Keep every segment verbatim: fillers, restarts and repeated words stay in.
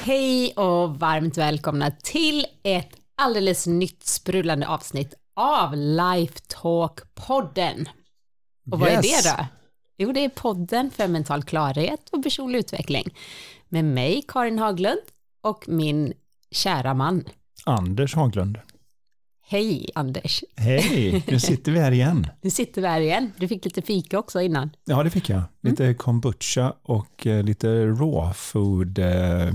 Hej och varmt välkomna till ett alldeles nytt sprudlande avsnitt av Lifetalk-podden. Och vad yes. är det då? Jo, det är podden för mental klarhet och personlig utveckling. Med mig, Karin Haglund, och min kära man. Anders Haglund. Hej, Anders. Hej, nu sitter vi här igen. Nu sitter vi här igen. Du fick lite fika också innan. Ja, det fick jag. Lite mm. kombucha och uh, lite raw food. Uh,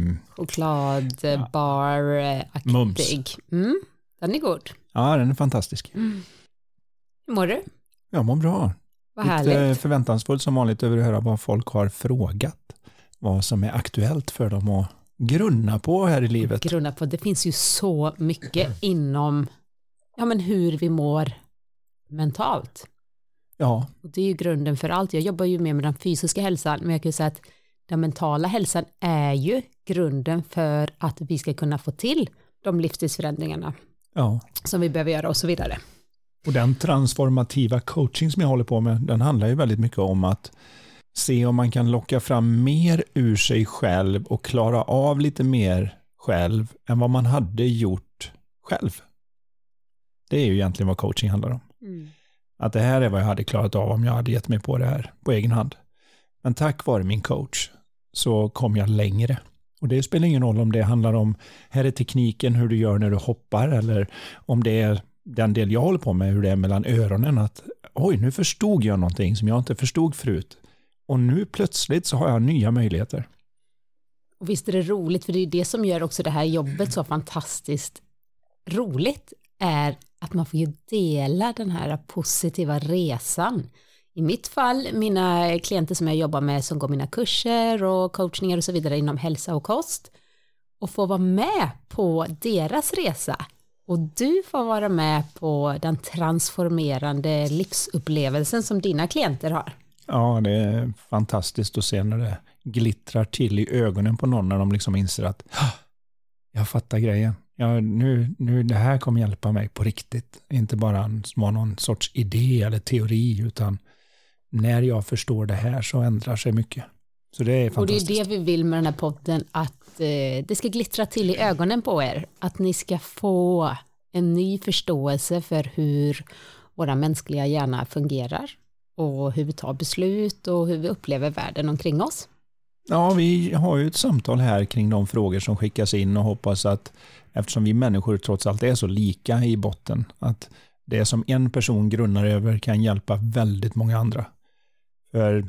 Chokladbar-aktig. Mm, den är god. Ja, den är fantastisk. Mm. Hur mår du? Jag mår bra. Vad lite härligt. Förväntansfullt som vanligt över att höra vad folk har frågat. Vad som är aktuellt för dem att grunna på här i livet. Grunna på. Det finns ju så mycket inom ja, men hur vi mår mentalt. Ja. Och det är ju grunden för allt. Jag jobbar ju mer med den fysiska hälsan, men jag kan ju säga att den mentala hälsan är ju grunden för att vi ska kunna få till de livsstilsförändringarna ja. som vi behöver göra och så vidare. Och den transformativa coaching som jag håller på med, den handlar ju väldigt mycket om att se om man kan locka fram mer ur sig själv och klara av lite mer själv än vad man hade gjort själv. Det är ju egentligen vad coaching handlar om. Mm. Att det här är vad jag hade klarat av om jag hade gett mig på det här på egen hand. Men tack vare min coach så kom jag längre. Och det spelar ingen roll om det handlar om, här är tekniken hur du gör när du hoppar, eller om det är den del jag håller på med, hur det är mellan öronen, att oj, nu förstod jag någonting som jag inte förstod förut. Och nu plötsligt så har jag nya möjligheter. Och visst är det roligt, för det är det som gör också det här jobbet så fantastiskt roligt, är att man får ju dela den här positiva resan. I mitt fall, mina klienter som jag jobbar med som går mina kurser och coachningar och så vidare inom hälsa och kost, och få vara med på deras resa. Och du får vara med på den transformerande livsupplevelsen som dina klienter har. Ja, det är fantastiskt att se när det glittrar till i ögonen på någon när de liksom inser att jag fattar grejen. Ja, nu, nu det här kommer hjälpa mig på riktigt. Inte bara en, någon sorts idé eller teori, utan när jag förstår det här så ändrar sig mycket. Så det är fantastiskt. Och det är det vi vill med den här podden, att eh, det ska glittra till i ögonen på er. Att ni ska få en ny förståelse för hur våra mänskliga hjärna fungerar och hur vi tar beslut och hur vi upplever världen omkring oss. Ja, vi har ju ett samtal här kring de frågor som skickas in och hoppas att, eftersom vi människor trots allt är så lika i botten, att det som en person grunnar över kan hjälpa väldigt många andra. För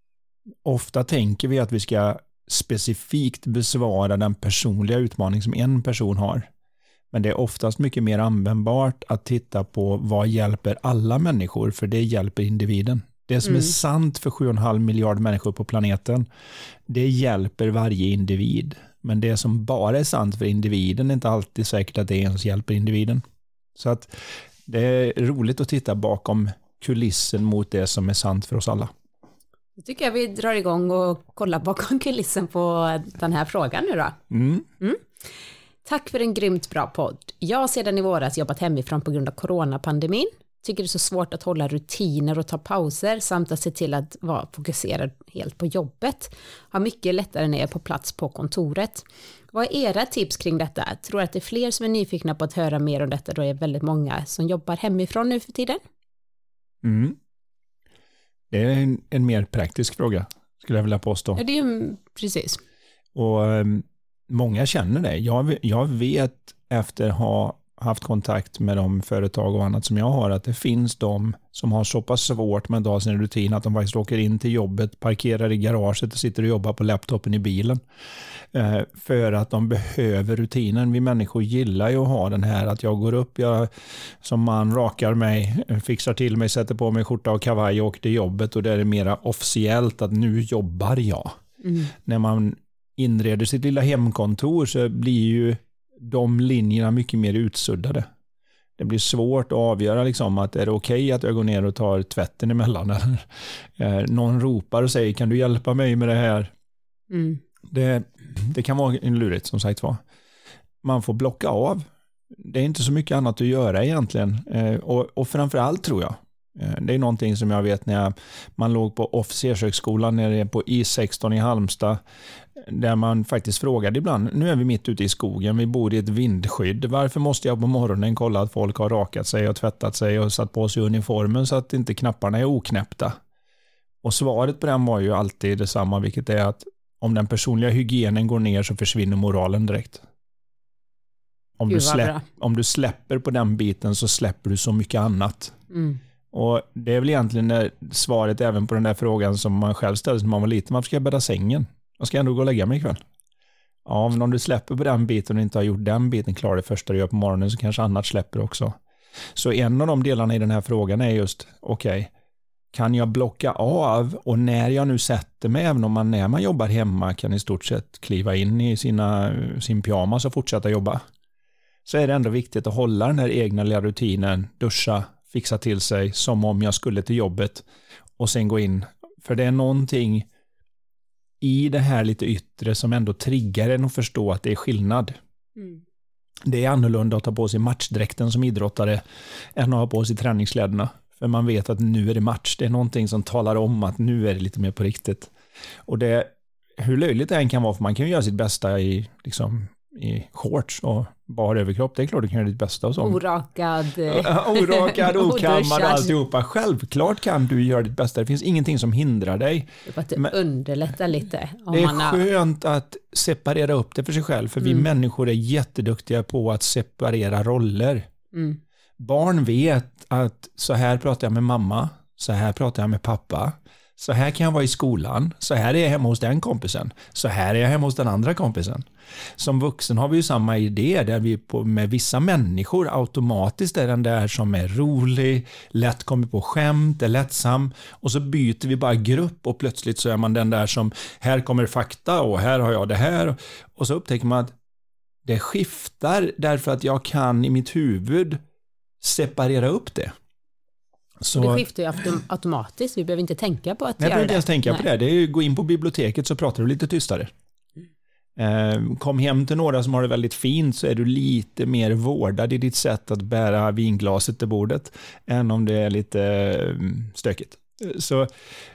ofta tänker vi att vi ska specifikt besvara den personliga utmaning som en person har. Men det är oftast mycket mer användbart att titta på vad hjälper alla människor, för det hjälper individen. Det som mm. är sant för sju komma fem miljard människor på planeten, det hjälper varje individ. Men det som bara är sant för individen är inte alltid säkert att det ens hjälper individen. Så att det är roligt att titta bakom kulissen mot det som är sant för oss alla. Då tycker jag vi drar igång och kollar bakom kulissen på den här frågan nu då. Mm. Mm. Tack för en grymt bra podd. Jag har sedan i våras jobbat hemifrån på grund av coronapandemin. Tycker det är så svårt att hålla rutiner och ta pauser samt att se till att vara fokuserad helt på jobbet. Har mycket lättare när jag är på plats på kontoret. Vad är era tips kring detta? Jag tror att det är fler som är nyfikna på att höra mer om detta, då är det väldigt många som jobbar hemifrån nu för tiden. Mm. Det är en, en mer praktisk fråga, skulle jag vilja påstå. Ja, det är ju precis. Och um, många känner det. Jag, jag vet efter att ha haft kontakt med de företag och annat som jag har, att det finns de som har så pass svårt med att ha sin rutin att de faktiskt åker in till jobbet, parkerar i garaget och sitter och jobbar på laptopen i bilen. Eh, för att de behöver rutinen. Vi människor gillar ju att ha den här att jag går upp, jag som man rakar mig, fixar till mig, sätter på mig skjorta och kavaj och åker till jobbet, och det är mera officiellt att nu jobbar jag. Mm. När man inreder sitt lilla hemkontor så blir ju de linjerna mycket mer utsuddade. Det blir svårt att avgöra liksom, att är det okej okay att jag går ner och tar tvätten emellan, eller eh, någon ropar och säger kan du hjälpa mig med det här? Mm. Det, det kan vara en lurigt som sagt var. Man får blocka av. Det är inte så mycket annat att göra egentligen. Eh, och, och framförallt tror jag, Det är någonting som jag vet när jag, man låg på officershögskolan nere på I sexton i Halmstad, där man faktiskt frågade ibland, nu är vi mitt ute i skogen, vi bor i ett vindskydd, varför måste jag på morgonen kolla att folk har rakat sig och tvättat sig och satt på sig uniformen så att inte knapparna är oknäppta? Och svaret på den var ju alltid detsamma, vilket är att om den personliga hygienen går ner så försvinner moralen direkt. Om, du, släpp, om du släpper på den biten så släpper du så mycket annat. Mm. Och det är väl egentligen svaret även på den där frågan som man själv ställde när man var liten. Varför ska jag bädda sängen? Jag ska ändå gå och lägga mig ikväll. Ja, men om du släpper på den biten och inte har gjort den biten klar det första du gör på morgonen så kanske annat släpper också. Så en av de delarna i den här frågan är just, okej, okay, kan jag blocka av och när jag nu sätter mig, även om man när man jobbar hemma kan i stort sett kliva in i sina, sin pyjamas och fortsätta jobba. Så är det ändå viktigt att hålla den här egna lilla rutinen, duscha, fixa till sig som om jag skulle till jobbet och sen gå in. För det är någonting i det här lite yttre som ändå triggar en att förstå att det är skillnad. Mm. Det är annorlunda att ta på sig matchdräkten som idrottare än att ha på sig träningskläderna. För man vet att nu är det match. Det är någonting som talar om att nu är det lite mer på riktigt. Och det, hur löjligt det än kan vara, för man kan ju göra sitt bästa i, liksom, i shorts och bara överkropp. Det är klart du kan göra ditt bästa. Och sånt. Orakad. Orakad, okammad och alltihopa. Självklart kan du göra ditt bästa. Det finns ingenting som hindrar dig. Det, att det Men underlättar lite. Om det är man har... skönt att separera upp det för sig själv. För mm. vi människor är jätteduktiga på att separera roller. Mm. Barn vet att så här pratar jag med mamma, så här pratar jag med pappa, så här kan jag vara i skolan, så här är jag hemma hos den kompisen, så här är jag hemma hos den andra kompisen. Som vuxen har vi ju samma idé där vi på, med vissa människor automatiskt är den där som är rolig, lätt kommer på skämt, är lättsam och så byter vi bara grupp och plötsligt så är man den där som här kommer fakta och här har jag det här och så upptäcker man att det skiftar därför att jag kan i mitt huvud separera upp det. Så, det skiftar ju autom- automatiskt. Vi behöver inte tänka på att nej, göra det. Jag behöver inte ens tänka nej. på det. Det är ju gå in på biblioteket så pratar du lite tystare. Mm. Eh, kom hem till några som har det väldigt fint så är du lite mer vårdad i ditt sätt att bära vinglaset till bordet än om det är lite eh, stökigt. Så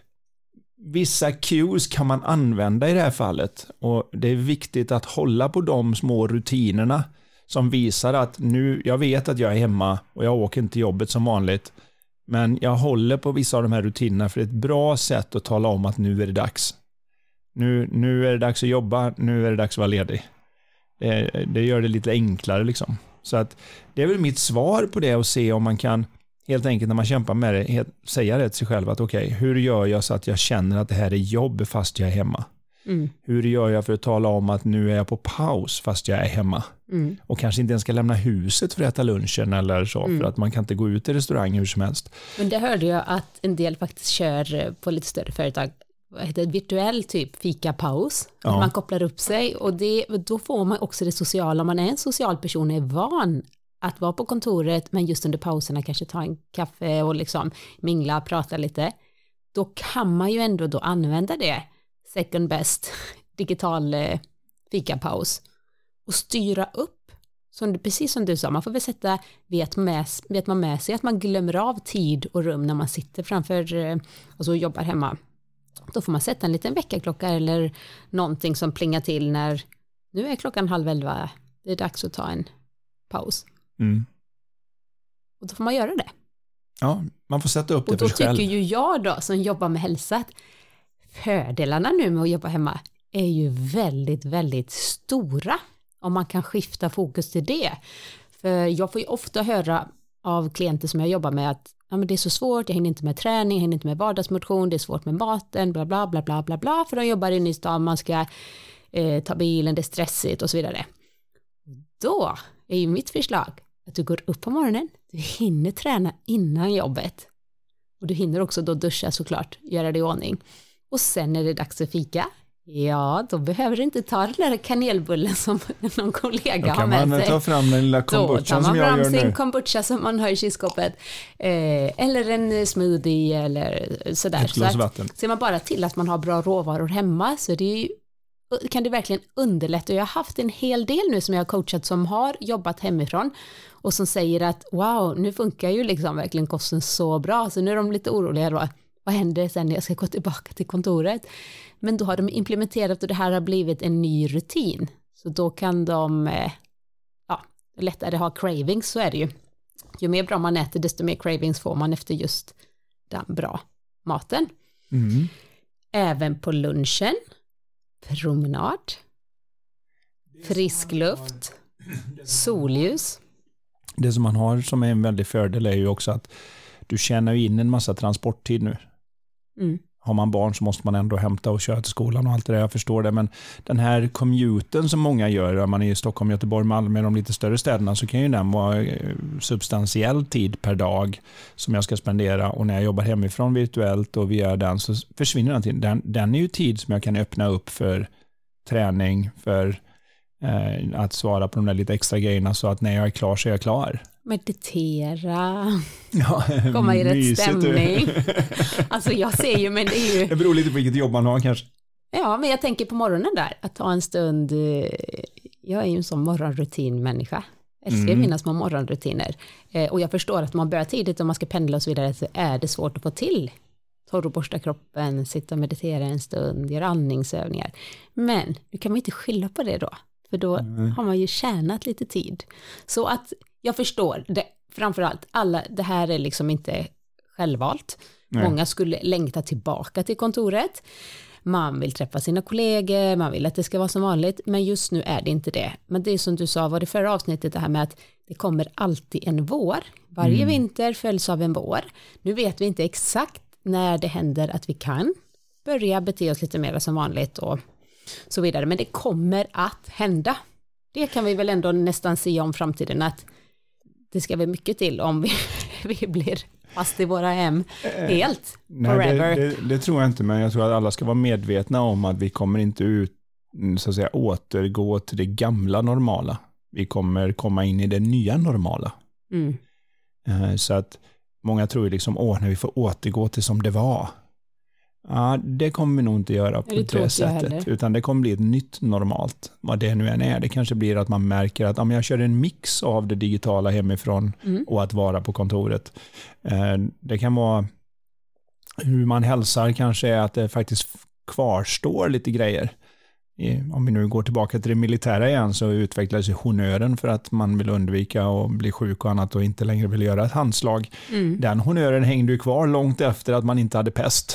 vissa cues kan man använda i det här fallet och det är viktigt att hålla på de små rutinerna som visar att nu, jag vet att jag är hemma och jag åker inte till jobbet som vanligt. Men jag håller på vissa av de här rutinerna för det är ett bra sätt att tala om att nu är det dags. Nu, nu är det dags att jobba, nu är det dags att vara ledig. Det, det gör det lite enklare liksom. Så att det är väl mitt svar på det och se om man kan helt enkelt när man kämpar med det helt, säga det till sig själv att okej, okay, hur gör jag så att jag känner att det här är jobb fast jag är hemma? Mm. Hur gör jag för att tala om att nu är jag på paus fast jag är hemma? Mm. Och kanske inte ens ska lämna huset för att äta lunchen eller så, mm. för att man kan inte gå ut i restaurang hur som helst. Men det hörde jag att en del faktiskt kör på lite större företag, vad heter det, virtuell typ fika-paus. Ja. Att man kopplar upp sig och det, då får man också det sociala. Om man är en social person och är van att vara på kontoret men just under pauserna kanske ta en kaffe och liksom mingla, prata lite. Då kan man ju ändå då använda det second best digital eh, fika-paus och styra upp som, precis som du sa, man får väl sätta vet, med, vet man med sig att man glömmer av tid och rum när man sitter framför eh, och så jobbar hemma. Då får man sätta en liten väckarklocka eller någonting som plingar till när nu är klockan halv elva, det är dags att ta en paus. Mm. Och då får man göra det. Ja, man får sätta upp det och för sig själv. Och då tycker ju jag då som jobbar med hälsa att fördelarna nu med att jobba hemma är ju väldigt, väldigt stora om man kan skifta fokus till det. För jag får ju ofta höra av klienter som jag jobbar med att ja, men det är så svårt, jag hinner inte med träning, jag hinner inte med vardagsmotion, det är svårt med maten, bla bla bla bla bla bla, för de jobbar inne i stan, man ska eh, ta bilen, det är stressigt och så vidare. Då är ju mitt förslag att du går upp på morgonen, du hinner träna innan jobbet och du hinner också då duscha såklart, göra det i ordning. Och sen är det dags att fika. Ja, då behöver du inte ta den där kanelbullen som någon kollega har med sig. Då kan man ta fram den lilla kombuchan som jag gör nu. Då tar man fram sin kombucha som man har i kylskåpet. Eh, eller en smoothie eller sådär. Ett glas så vatten. Ser man bara till att man har bra råvaror hemma så är det ju kan det verkligen underlätta. Jag har haft en hel del nu som jag har coachat som har jobbat hemifrån och som säger att wow, nu funkar ju liksom verkligen kosten så bra, så nu är de lite oroliga då. Vad händer sen när jag ska gå tillbaka till kontoret? Men då har de implementerat och det här har blivit en ny rutin. Så då kan de ja, lättare ha cravings, så är det ju. Ju mer bra man äter, desto mer cravings får man efter just den bra maten. Mm. Även på lunchen, promenad, frisk luft, solljus. Det som man har som är en väldig fördel är ju också att du tjänar in en massa transporttid nu. Mm. Har man barn så måste man ändå hämta och köra till skolan och allt det där, jag förstår det. Men den här commuten som många gör, när man är i Stockholm, Göteborg, Malmö, de lite större städerna, så kan ju den vara substantiell tid per dag som jag ska spendera. Och när jag jobbar hemifrån virtuellt och via den så försvinner den tiden. Den, den är ju tid som jag kan öppna upp för träning, för eh, att svara på de där lite extra grejerna, så att när jag är klar så är jag klar. Meditera, ja, komma i rätt mysigt, stämning. Alltså jag ser ju, men det är ju... Det beror lite på vilket jobb man har kanske. Ja, men jag tänker på morgonen där, att ta en stund. Jag är ju en sån morgonrutinmänniska. Jag älskar mm. mina små morgonrutiner. Och jag förstår att man börjar tidigt och man ska pendla och så vidare, så är det svårt att få till. Torr och borsta kroppen, sitta och meditera en stund, göra andningsövningar. Men nu kan man inte skylla på det då. För då mm. har man ju tjänat lite tid. Så att jag förstår, det, framförallt, alla, det här är liksom inte självvalt. Nej. Många skulle längta tillbaka till kontoret. Man vill träffa sina kollegor, man vill att det ska vara som vanligt. Men just nu är det inte det. Men det är som du sa, var det förra avsnittet, det här med att det kommer alltid en vår. Varje mm. vinter följs av en vår. Nu vet vi inte exakt när det händer att vi kan börja bete oss lite mer som vanligt och så vidare. Men det kommer att hända. Det kan vi väl ändå nästan se om framtiden, att det ska väl mycket till om vi, vi blir fast i våra hem helt, Nej, forever. Det, det, det tror jag inte, men jag tror att alla ska vara medvetna om att vi kommer inte ut, så att säga, återgå till det gamla normala. Vi kommer komma in i det nya normala. Mm. Så att många tror ju liksom, åh, när vi får återgå till som det var. Ja, det kommer vi nog inte göra på det, det sättet, utan det kommer bli ett nytt normalt, vad det nu än är. Det kanske blir att man märker att ja, jag kör en mix av det digitala hemifrån mm. och att vara på kontoret. Det kan vara hur man hälsar, kanske är att det faktiskt kvarstår lite grejer. Om vi nu går tillbaka till det militära igen, så utvecklades ju honören för att man vill undvika att bli sjuk och annat och inte längre vill göra ett handslag. Mm. Den honören hängde ju kvar långt efter att man inte hade pest.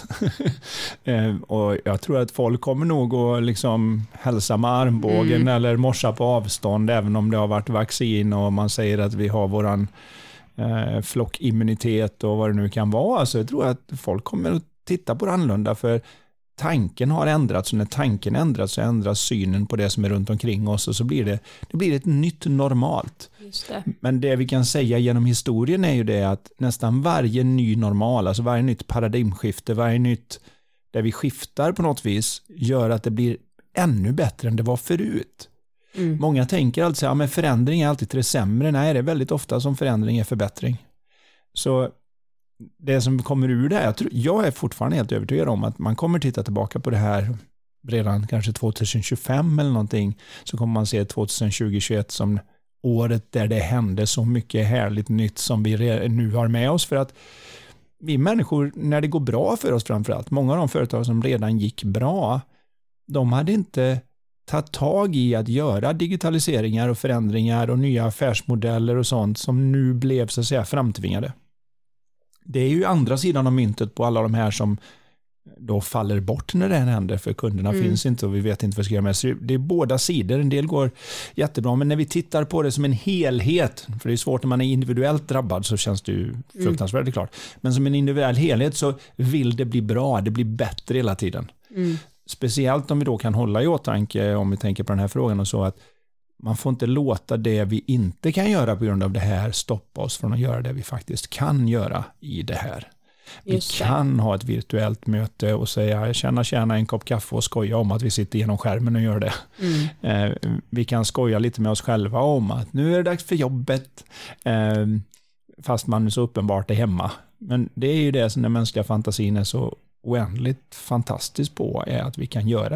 Och jag tror att folk kommer nog att liksom hälsa med armbågen mm. eller morsa på avstånd, även om det har varit vaccin och man säger att vi har våran eh, flockimmunitet och vad det nu kan vara. Så jag tror att folk kommer att titta på det annorlunda, för tanken har ändrats, och när tanken ändras så ändras synen på det som är runt omkring oss, och så blir det, det blir ett nytt normalt. Just det. Men det vi kan säga genom historien är ju det att nästan varje ny normal, alltså varje nytt paradigmskifte, varje nytt där vi skiftar på något vis, gör att det blir ännu bättre än det var förut. Mm. Många tänker alltså att ja, men förändring är alltid till det sämre. Nej, det är väldigt ofta som förändring är förbättring. Så det som kommer ur det här, jag, tror, jag är fortfarande helt övertygad om att man kommer titta tillbaka på det här redan kanske tjugohundratjugofem eller någonting, så kommer man se tjugohundratjugo tjugoett som året där det hände så mycket härligt nytt som vi nu har med oss. För att vi människor, när det går bra för oss framförallt, många av de företag som redan gick bra, de hade inte tagit tag i att göra digitaliseringar och förändringar och nya affärsmodeller och sånt som nu blev så att säga framtvingade. Det är ju andra sidan av myntet på alla de här som då faller bort när det händer, för kunderna mm. finns inte och vi vet inte vad vi ska göra med. Så det är båda sidor, en del går jättebra, men när vi tittar på det som en helhet, för det är svårt när man är individuellt drabbad, så känns det ju fruktansvärt mm. klart, men som en individuell helhet så vill det bli bra, det blir bättre hela tiden. Mm. Speciellt om vi då kan hålla i åtanke, om vi tänker på den här frågan och så, att man får inte låta det vi inte kan göra på grund av det här stoppa oss från att göra det vi faktiskt kan göra i det här. Vi kan ha ett virtuellt möte och säga tjäna tjäna en kopp kaffe och skoja om att vi sitter genom skärmen och gör det. Mm. Eh, vi kan skoja lite med oss själva om att nu är det dags för jobbet, eh, fast man är så uppenbart är hemma. Men det är ju det som den mänskliga fantasin är så oändligt fantastisk på, är att vi kan göra det.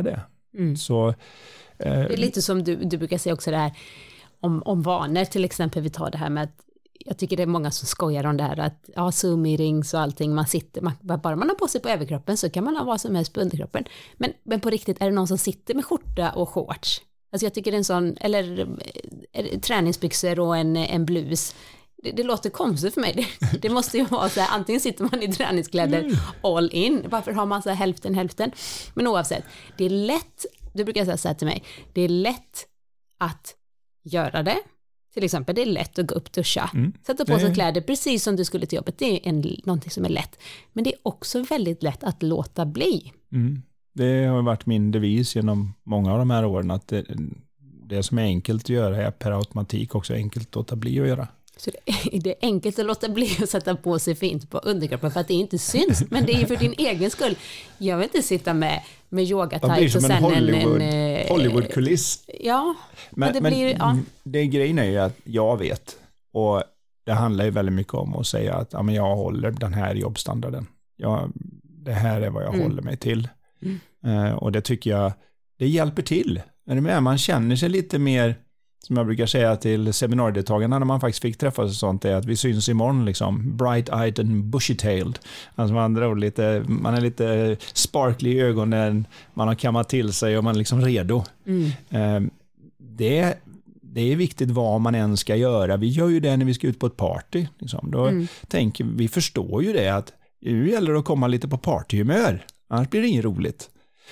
Mm. Så, eh, det är lite som du, du brukar säga också det här om, om vanor, till exempel vi tar det här med att jag tycker det är många som skojar om det här att ja, Zoom-meetings och allting, man sitter, man, bara man har på sig på överkroppen så kan man ha vad som helst på underkroppen. Men, men på riktigt, är det någon som sitter med skjorta och shorts? Alltså jag tycker det är en sån, eller är, träningsbyxor och en, en blus. Det, det låter konstigt för mig. Det, det måste ju vara så här, antingen sitter man i träningskläder mm. all in. Varför har man så här hälften, hälften? Men oavsett, det är lätt, du brukar säga så här till mig, det är lätt att göra det. Till exempel, det är lätt att gå upp, duscha, mm. sätta på sig det... kläder precis som du skulle till jobbet. Det är en, någonting som är lätt. Men det är också väldigt lätt att låta bli. Mm. Det har varit min devis genom många av de här åren att det, det som är enkelt att göra är per automatik också enkelt att låta bli att göra. Så det, det är enkelt att låta bli att sätta på sig fint på underkroppen för att det inte syns. Men det är ju för din egen skull. Jag vill inte sitta med, med yoga-tights och sen Hollywood, en... en Hollywood-kuliss. Ja, men, det men blir... Ja. Det grejen är ju att jag vet. Och det handlar ju väldigt mycket om att säga att ja, men jag håller den här jobbstandarden. Jag, det här är vad jag mm. håller mig till. Mm. Uh, och det tycker jag, det hjälper till. Är det med? Man känner sig lite mer... Som jag brukar säga till seminariedeltagarna när man faktiskt fick träffas och sånt är att vi syns imorgon liksom. Bright-eyed and bushy-tailed. Alltså man, andra ord, lite, man är lite sparkly i ögonen, man har kammat till sig och man är liksom redo. Mm. Det, det är viktigt vad man än ska göra. Vi gör ju det när vi ska ut på ett party. Liksom. Då mm. tänker, vi förstår ju det att nu gäller det att komma lite på partyhumör. Annars blir det inget roligt.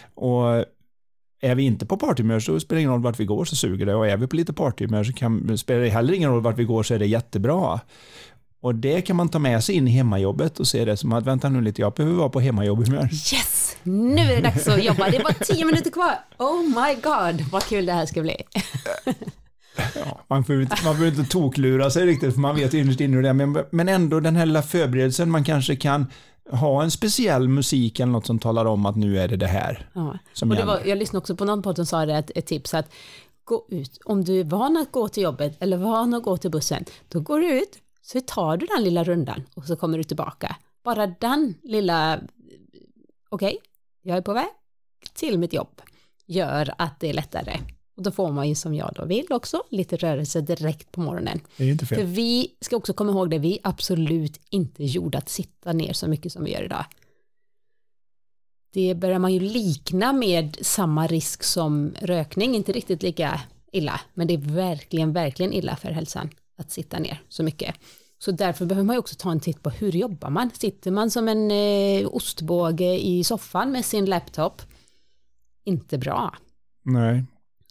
Och är vi inte på partymör så spelar det ingen roll vart vi går så suger det. Och är vi på lite partymör så kan, spelar det heller ingen roll vart vi går så är det jättebra. Och det kan man ta med sig in i hemmajobbet och se det som att vänta nu lite, jag behöver vara på hemmajobbhumör. Yes! Nu är det dags att jobba. Det är bara tio minuter kvar. Oh my god, vad kul det här ska bli. Ja, man får inte, man får inte toklura sig riktigt för man vet ju innerst inne hur det är. Men, men ändå den här lilla förberedelsen, man kanske kan ha en speciell musik eller något som talar om att nu är det det här. Ja. Som och det var, jag lyssnade också på någon podd som sa det ett, ett tips att gå ut, om du är van att gå till jobbet eller van att gå till bussen, då går du ut så tar du den lilla rundan och så kommer du tillbaka. Bara den lilla, okej, okay, jag är på väg till mitt jobb, gör att det är lättare. Och då får man ju som jag då vill också lite rörelse direkt på morgonen. Det är inte fel. För vi ska också komma ihåg det, vi är absolut inte gjorda att sitta ner så mycket som vi gör idag. Det börjar man ju likna med samma risk som rökning, inte riktigt lika illa. Men det är verkligen, verkligen illa för hälsan att sitta ner så mycket. Så därför behöver man ju också ta en titt på hur jobbar man. Sitter man som en eh, ostbåge i soffan med sin laptop? Inte bra. Nej.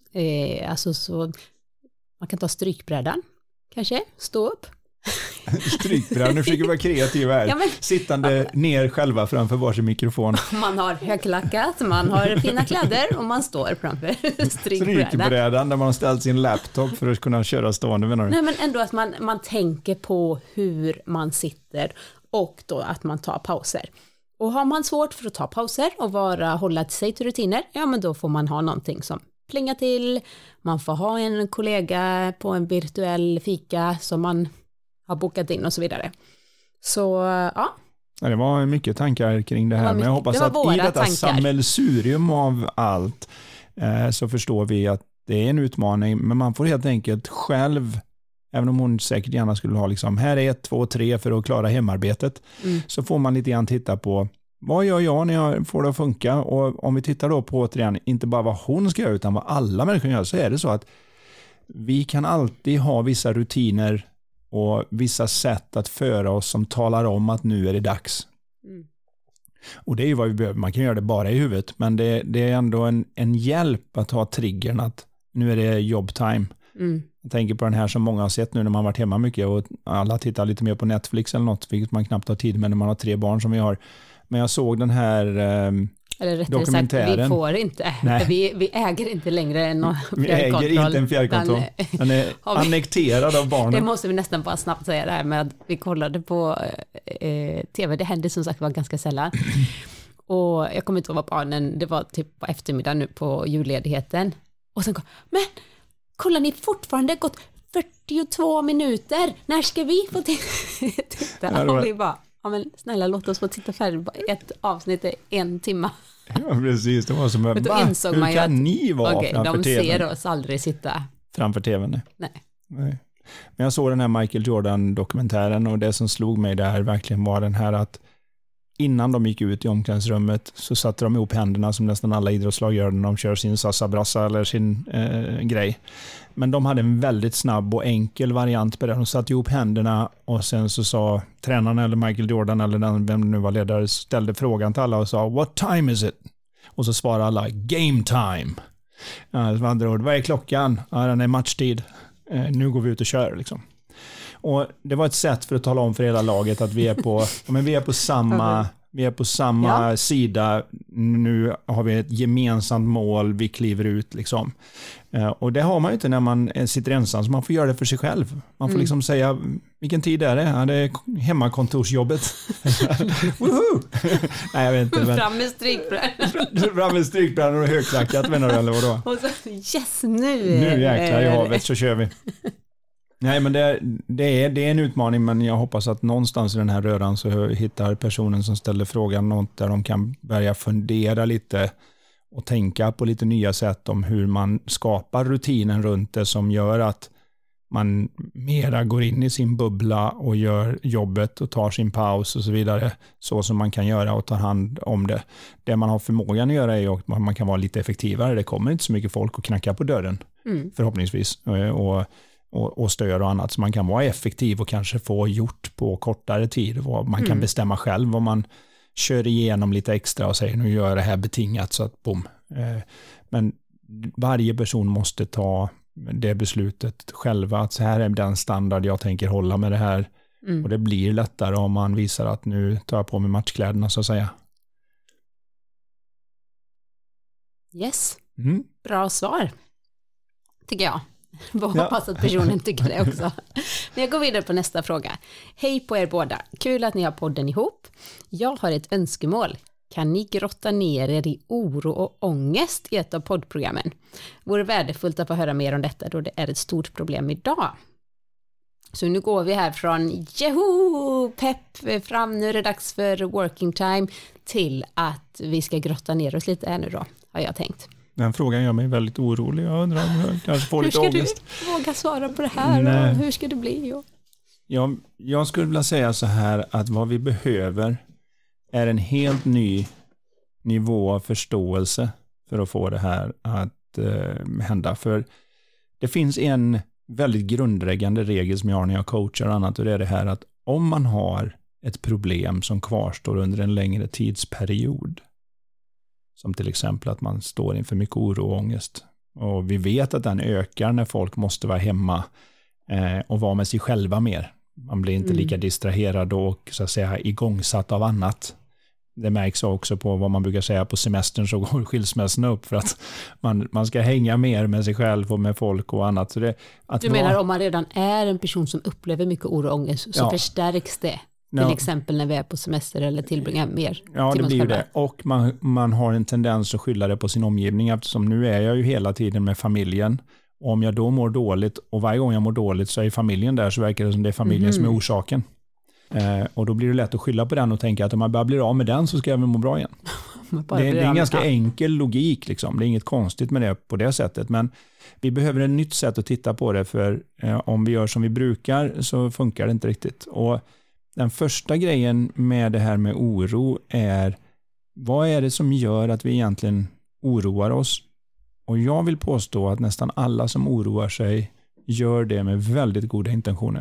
Eh, alltså så man kan ta strykbrädan kanske, stå upp strykbrädan, nu försöker vara kreativ här. Ja, men... sittande ner själva framför varsin mikrofon. Man har högklackat, man har fina kläder och man står framför strykbrädan. Strykbrädan där man har ställt sin laptop för att kunna köra stående. Nej, men ändå att man, man tänker på hur man sitter och då att man tar pauser. Och har man svårt för att ta pauser och vara, hålla till sig till rutiner, ja men då får man ha någonting som plinga till, man får ha en kollega på en virtuell fika som man har bokat in och så vidare. Så ja. Ja, det var mycket tankar kring det här, det mycket, men jag hoppas att i detta tankar. sammelsurium av allt eh, så förstår vi att det är en utmaning, men man får helt enkelt själv, även om hon säkert gärna skulle ha liksom, här är ett, två, tre för att klara hemarbetet, mm. så får man lite grann titta på vad gör jag när jag får det att funka? Och om vi tittar då på återigen, inte bara vad hon ska göra utan vad alla människor gör, så är det så att vi kan alltid ha vissa rutiner och vissa sätt att föra oss som talar om att nu är det dags. Mm. Och det är ju vad vi behöver. Man kan göra det bara i huvudet, men det, det är ändå en, en hjälp att ha triggern att nu är det jobbtime. Mm. Jag tänker på den här som många har sett nu när man varit hemma mycket och alla tittar lite mer på Netflix eller något, vilket man knappt har tid med när man har tre barn som vi har. Men jag såg den här eh, Eller rättare dokumentären. Sagt, vi får inte. Vi, vi äger inte längre någon fjärrkontroll. Vi äger inte en fjärrkontroll. Den är annekterad av barnen. Det måste vi nästan bara snabbt säga det här med att vi kollade på eh, tv. Det hände som sagt var ganska sällan. Och jag kommer inte ihåg vad barnen, det var typ på eftermiddag nu på julledigheten. Och sen kom, men kolla ni fortfarande gått fyrtiotvå minuter. När ska vi få titta? Och vi bara, ja men snälla låt oss få titta färdigt på ett avsnitt i en timme. Ja, precis. Det var som Men då va? insåg Hur man ju kan att ni vara okej, framför de tvn? ser oss aldrig sitta. Framför tvn, nej. Nej. nej. Men jag såg den här Michael Jordan-dokumentären och det som slog mig där verkligen var den här att innan de gick ut i omklädningsrummet så satte de ihop händerna som nästan alla idrottslag gör när de kör sin sassa-brassa eller sin eh, grej. Men de hade en väldigt snabb och enkel variant på det. De satte ihop händerna och sen så sa tränaren eller Michael Jordan eller den, vem det nu var ledare ställde frågan till alla och sa what time is it? Och så svarade alla game time. Ja, vad är klockan? Ja, den är matchtid. Eh, nu går vi ut och kör liksom. Och det var ett sätt för att tala om för hela laget att vi är på, ja, men vi är på samma, vi är på samma ja. sida. Nu har vi ett gemensamt mål, vi kliver ut liksom. Och det har man ju inte när man sitter ensam, så man får göra det för sig själv. Man får mm. liksom säga, vilken tid är det? Ja, det är hemmakontorsjobbet. Woho! Nej, jag vet inte. Men... Fram med strykbrädan. Fram med strykbrädan och högklackat, menar du, eller vadå? Och så, yes, nu! Nu jäklar i havet så kör vi. Nej, men det, det, är, det är en utmaning, men jag hoppas att någonstans i den här röran så hittar personen som ställer frågan något där de kan börja fundera lite och tänka på lite nya sätt om hur man skapar rutinen runt det som gör att man mera går in i sin bubbla och gör jobbet och tar sin paus och så vidare, så som man kan göra och ta hand om det. Det man har förmågan att göra är ju att man kan vara lite effektivare. Det kommer inte så mycket folk att knacka på dörren, mm. förhoppningsvis, och Och, och stöd och annat, så man kan vara effektiv och kanske få gjort på kortare tid. Man kan mm. bestämma själv om man kör igenom lite extra och säger nu gör jag det här betingat så att bom. Men varje person måste ta det beslutet själva, att så här är den standard jag tänker hålla med det här. Mm. Och det blir lättare om man visar att nu tar jag på mig matchkläderna, så att säga. Yes, mm. bra svar tycker jag. Vad hoppas att personen tycker det också. Men jag går vidare på nästa fråga. Hej på er båda. Kul att ni har podden ihop. Jag har ett önskemål. Kan ni grotta ner er i oro och ångest i ett av poddprogrammen? Vore värdefullt att få höra mer om detta då det är ett stort problem idag. Så nu går vi här från Jeho, pepp fram, nu är det dags för working time, till att vi ska grotta ner oss lite här nu då, har jag tänkt. Den frågan gör mig väldigt orolig. Jag undrar om jag kanske får lite ångest. Hur ska du våga svara på det här? Och hur ska det bli? Och... Ja, jag skulle vilja säga så här att vad vi behöver är en helt ny nivå av förståelse för att få det här att eh, hända. För det finns en väldigt grundläggande regel som jag har när jag coachar och annat, och det är det här att om man har ett problem som kvarstår under en längre tidsperiod, som till exempel att man står inför mycket oro och ångest. Och vi vet att den ökar när folk måste vara hemma eh, och vara med sig själva mer. Man blir inte mm. lika distraherad och så att säga igångsatt av annat. Det märks också på vad man brukar säga på semestern, så går skilsmässorna upp för att man, man ska hänga mer med sig själv och med folk och annat. Så det, att du menar vara... om man redan är en person som upplever mycket oro och ångest, så ja. förstärks det? Till ja. exempel när vi är på semester eller tillbringar mer. Ja, det blir ju det. Och man, man har en tendens att skylla det på sin omgivning, eftersom nu är jag ju hela tiden med familjen. Och om jag då mår dåligt, och varje gång jag mår dåligt så är familjen där, så verkar det som det är familjen mm. som är orsaken. Eh, och då blir det lätt att skylla på den och tänka att om man bara blir av med den så ska jag väl må bra igen. det, det är en ganska enkel logik liksom. Det är inget konstigt med det på det sättet. Men vi behöver ett nytt sätt att titta på det, för eh, om vi gör som vi brukar så funkar det inte riktigt. Och den första grejen med det här med oro är, vad är det som gör att vi egentligen oroar oss? Och jag vill påstå att nästan alla som oroar sig gör det med väldigt goda intentioner.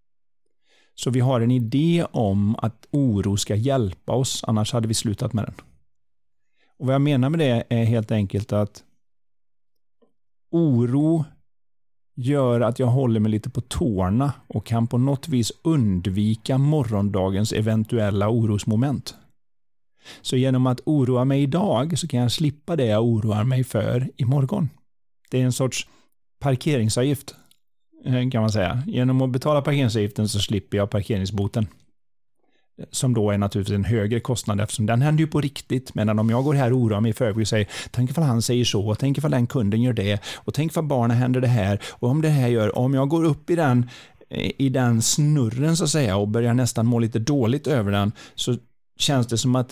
Så vi har en idé om att oro ska hjälpa oss, annars hade vi slutat med den. Och vad jag menar med det är helt enkelt att oro gör att jag håller mig lite på tårna och kan på något vis undvika morgondagens eventuella orosmoment. Så genom att oroa mig idag så kan jag slippa det jag oroar mig för imorgon. Det är en sorts parkeringsavgift, kan man säga. Genom att betala parkeringsavgiften så slipper jag parkeringsboten. Som då är naturligtvis en högre kostnad, eftersom den händer ju på riktigt. Men om jag går här och oroar mig för och säger, tänk ifall han säger så, tänk ifall den kunden gör det, och tänk ifall barnen händer det här, och om det här gör, om jag går upp i den, i den snurren så att säga och börjar nästan må lite dåligt över den, så känns det som att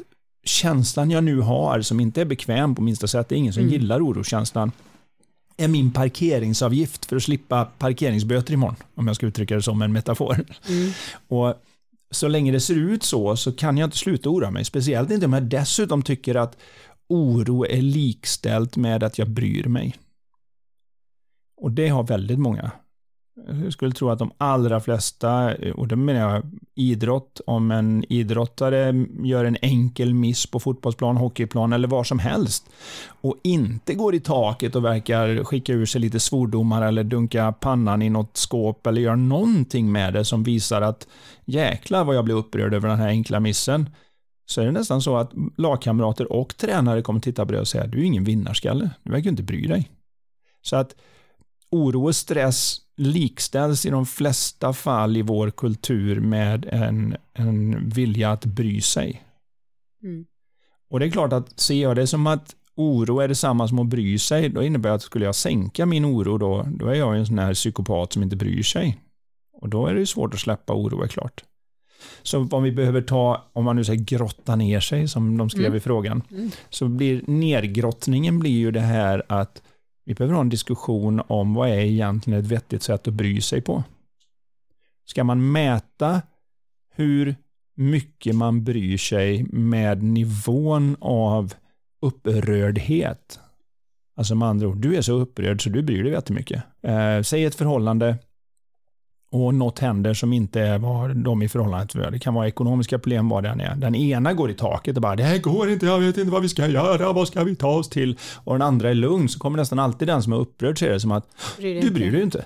känslan jag nu har som inte är bekväm på minsta sätt, det är ingen som mm. gillar oroskänslan, är min parkeringsavgift för att slippa parkeringsböter imorgon, om jag ska uttrycka det som en metafor. Mm. Och så länge det ser ut så, så kan jag inte sluta oroa mig. Speciellt inte om jag dessutom tycker att oro är likställt med att jag bryr mig. Och det har väldigt många. Jag skulle tro att de allra flesta, och det menar jag idrott, om en idrottare gör en enkel miss på fotbollsplan, hockeyplan eller var som helst och inte går i taket och verkar skicka ur sig lite svordomar eller dunka pannan i något skåp eller gör någonting med det som visar att jäklar vad jag blir upprörd över den här enkla missen, så är det nästan så att lagkamrater och tränare kommer titta på det och säga, du är ingen vinnarskalle, du verkar inte bry dig. Så att oro och stress likställs i de flesta fall i vår kultur med en, en vilja att bry sig. Mm. Och det är klart att ser jag det som att oro är detsamma som att bry sig, då innebär det att skulle jag sänka min oro då, då är jag en sån här psykopat som inte bryr sig. Och då är det ju svårt att släppa oro, är klart. Så vad vi behöver ta, om man nu säger grotta ner sig som de skrev mm. i frågan, mm. så blir nergrottningen blir ju det här att vi behöver ha en diskussion om vad är egentligen ett vettigt sätt att bry sig på. Ska man mäta hur mycket man bryr sig med nivån av upprördhet? Alltså med andra ord, du är så upprörd så du bryr dig jättemycket. Eh, säg ett förhållande och något händer som inte är vad de i förhållandet för. Det kan vara ekonomiska problem, vad det än är. Den ena går i taket och bara, det här går inte, jag vet inte vad vi ska göra, vad ska vi ta oss till? Och den andra är lugn, så kommer nästan alltid den som är upprörd säga det som att, bryr du bryr dig inte.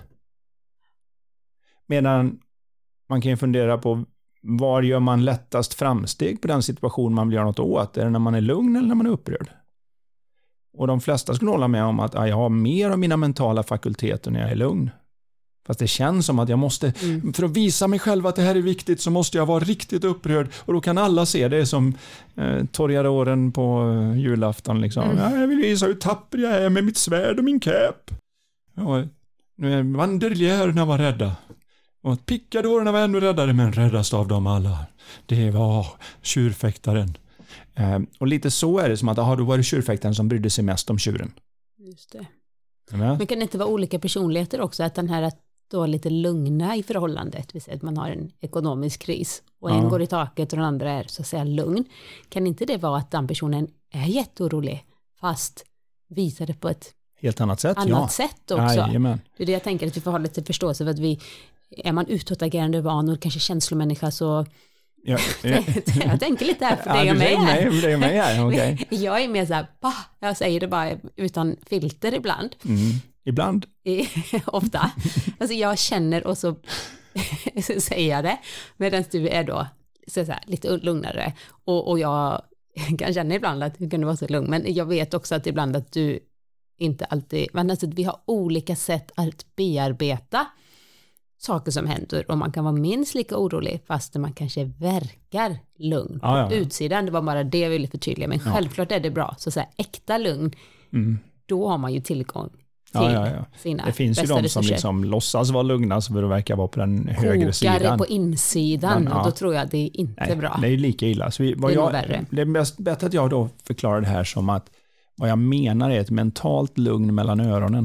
Medan man kan ju fundera på, var gör man lättast framsteg på den situation man vill göra något åt? Är det när man är lugn eller när man är upprörd? Och de flesta skulle hålla med om att ja, jag har mer av mina mentala fakulteter när jag är lugn. Fast det känns som att jag måste, mm. för att visa mig själv att det här är viktigt så måste jag vara riktigt upprörd. Och då kan alla se det som eh, torgaråren på eh, julafton. Liksom. Mm. Ja, jag vill visa hur tapper jag är med mitt svärd och min käp. Och nu är vanderljärerna var rädda. Och pickadorerna var ännu räddare, men räddast av dem alla, det var tjurfäktaren. Eh, och lite så är det som att aha, då var det tjurfäktaren som brydde sig mest om tjuren. Just det. Mm. Men kan det inte vara olika personligheter också? Att den här att då lite lugna i förhållandet, vill säga att man har en ekonomisk kris och ja. en går i taket och den andra är så att säga lugn. Kan inte det vara att den personen är jätteorolig fast visar det på ett helt annat sätt, annat ja. sätt också? Jajamän. Det är det jag tänker, att vi får ha lite förståelse för att vi, är man utåtagerande vanor, kanske känslomänniska, så ja, ja. jag tänker lite här för det ja, är mig här. Det är mig här. Okay. Jag är mer så här, bah, jag säger det bara utan filter ibland. Mm. Ibland? Ofta. Alltså jag känner och så, så säger jag det. Medan du är då så så här, lite lugnare. Och, och jag kan känna ibland att du kan vara så lugn. Men jag vet också att ibland att du inte alltid, men alltså vi har olika sätt att bearbeta saker som händer, och man kan vara minst lika orolig fast man kanske verkar lugn på ah, ja, ja. utsidan. Det var bara det jag ville förtydliga, men ja. självklart är det bra. Så, så här, äkta lugn, mm. då har man ju tillgång till ja, ja, ja. sina det finns ju de som liksom låtsas vara lugna så för att verka vara på den Kokar högre sidan. på insidan, men, ja. och då tror jag att det är inte Nej, bra. Det är ju lika illa. Så vi, vad det är jag, värre. Det är bäst, bättre att jag då förklarar det här som att vad jag menar är ett mentalt lugn mellan öronen.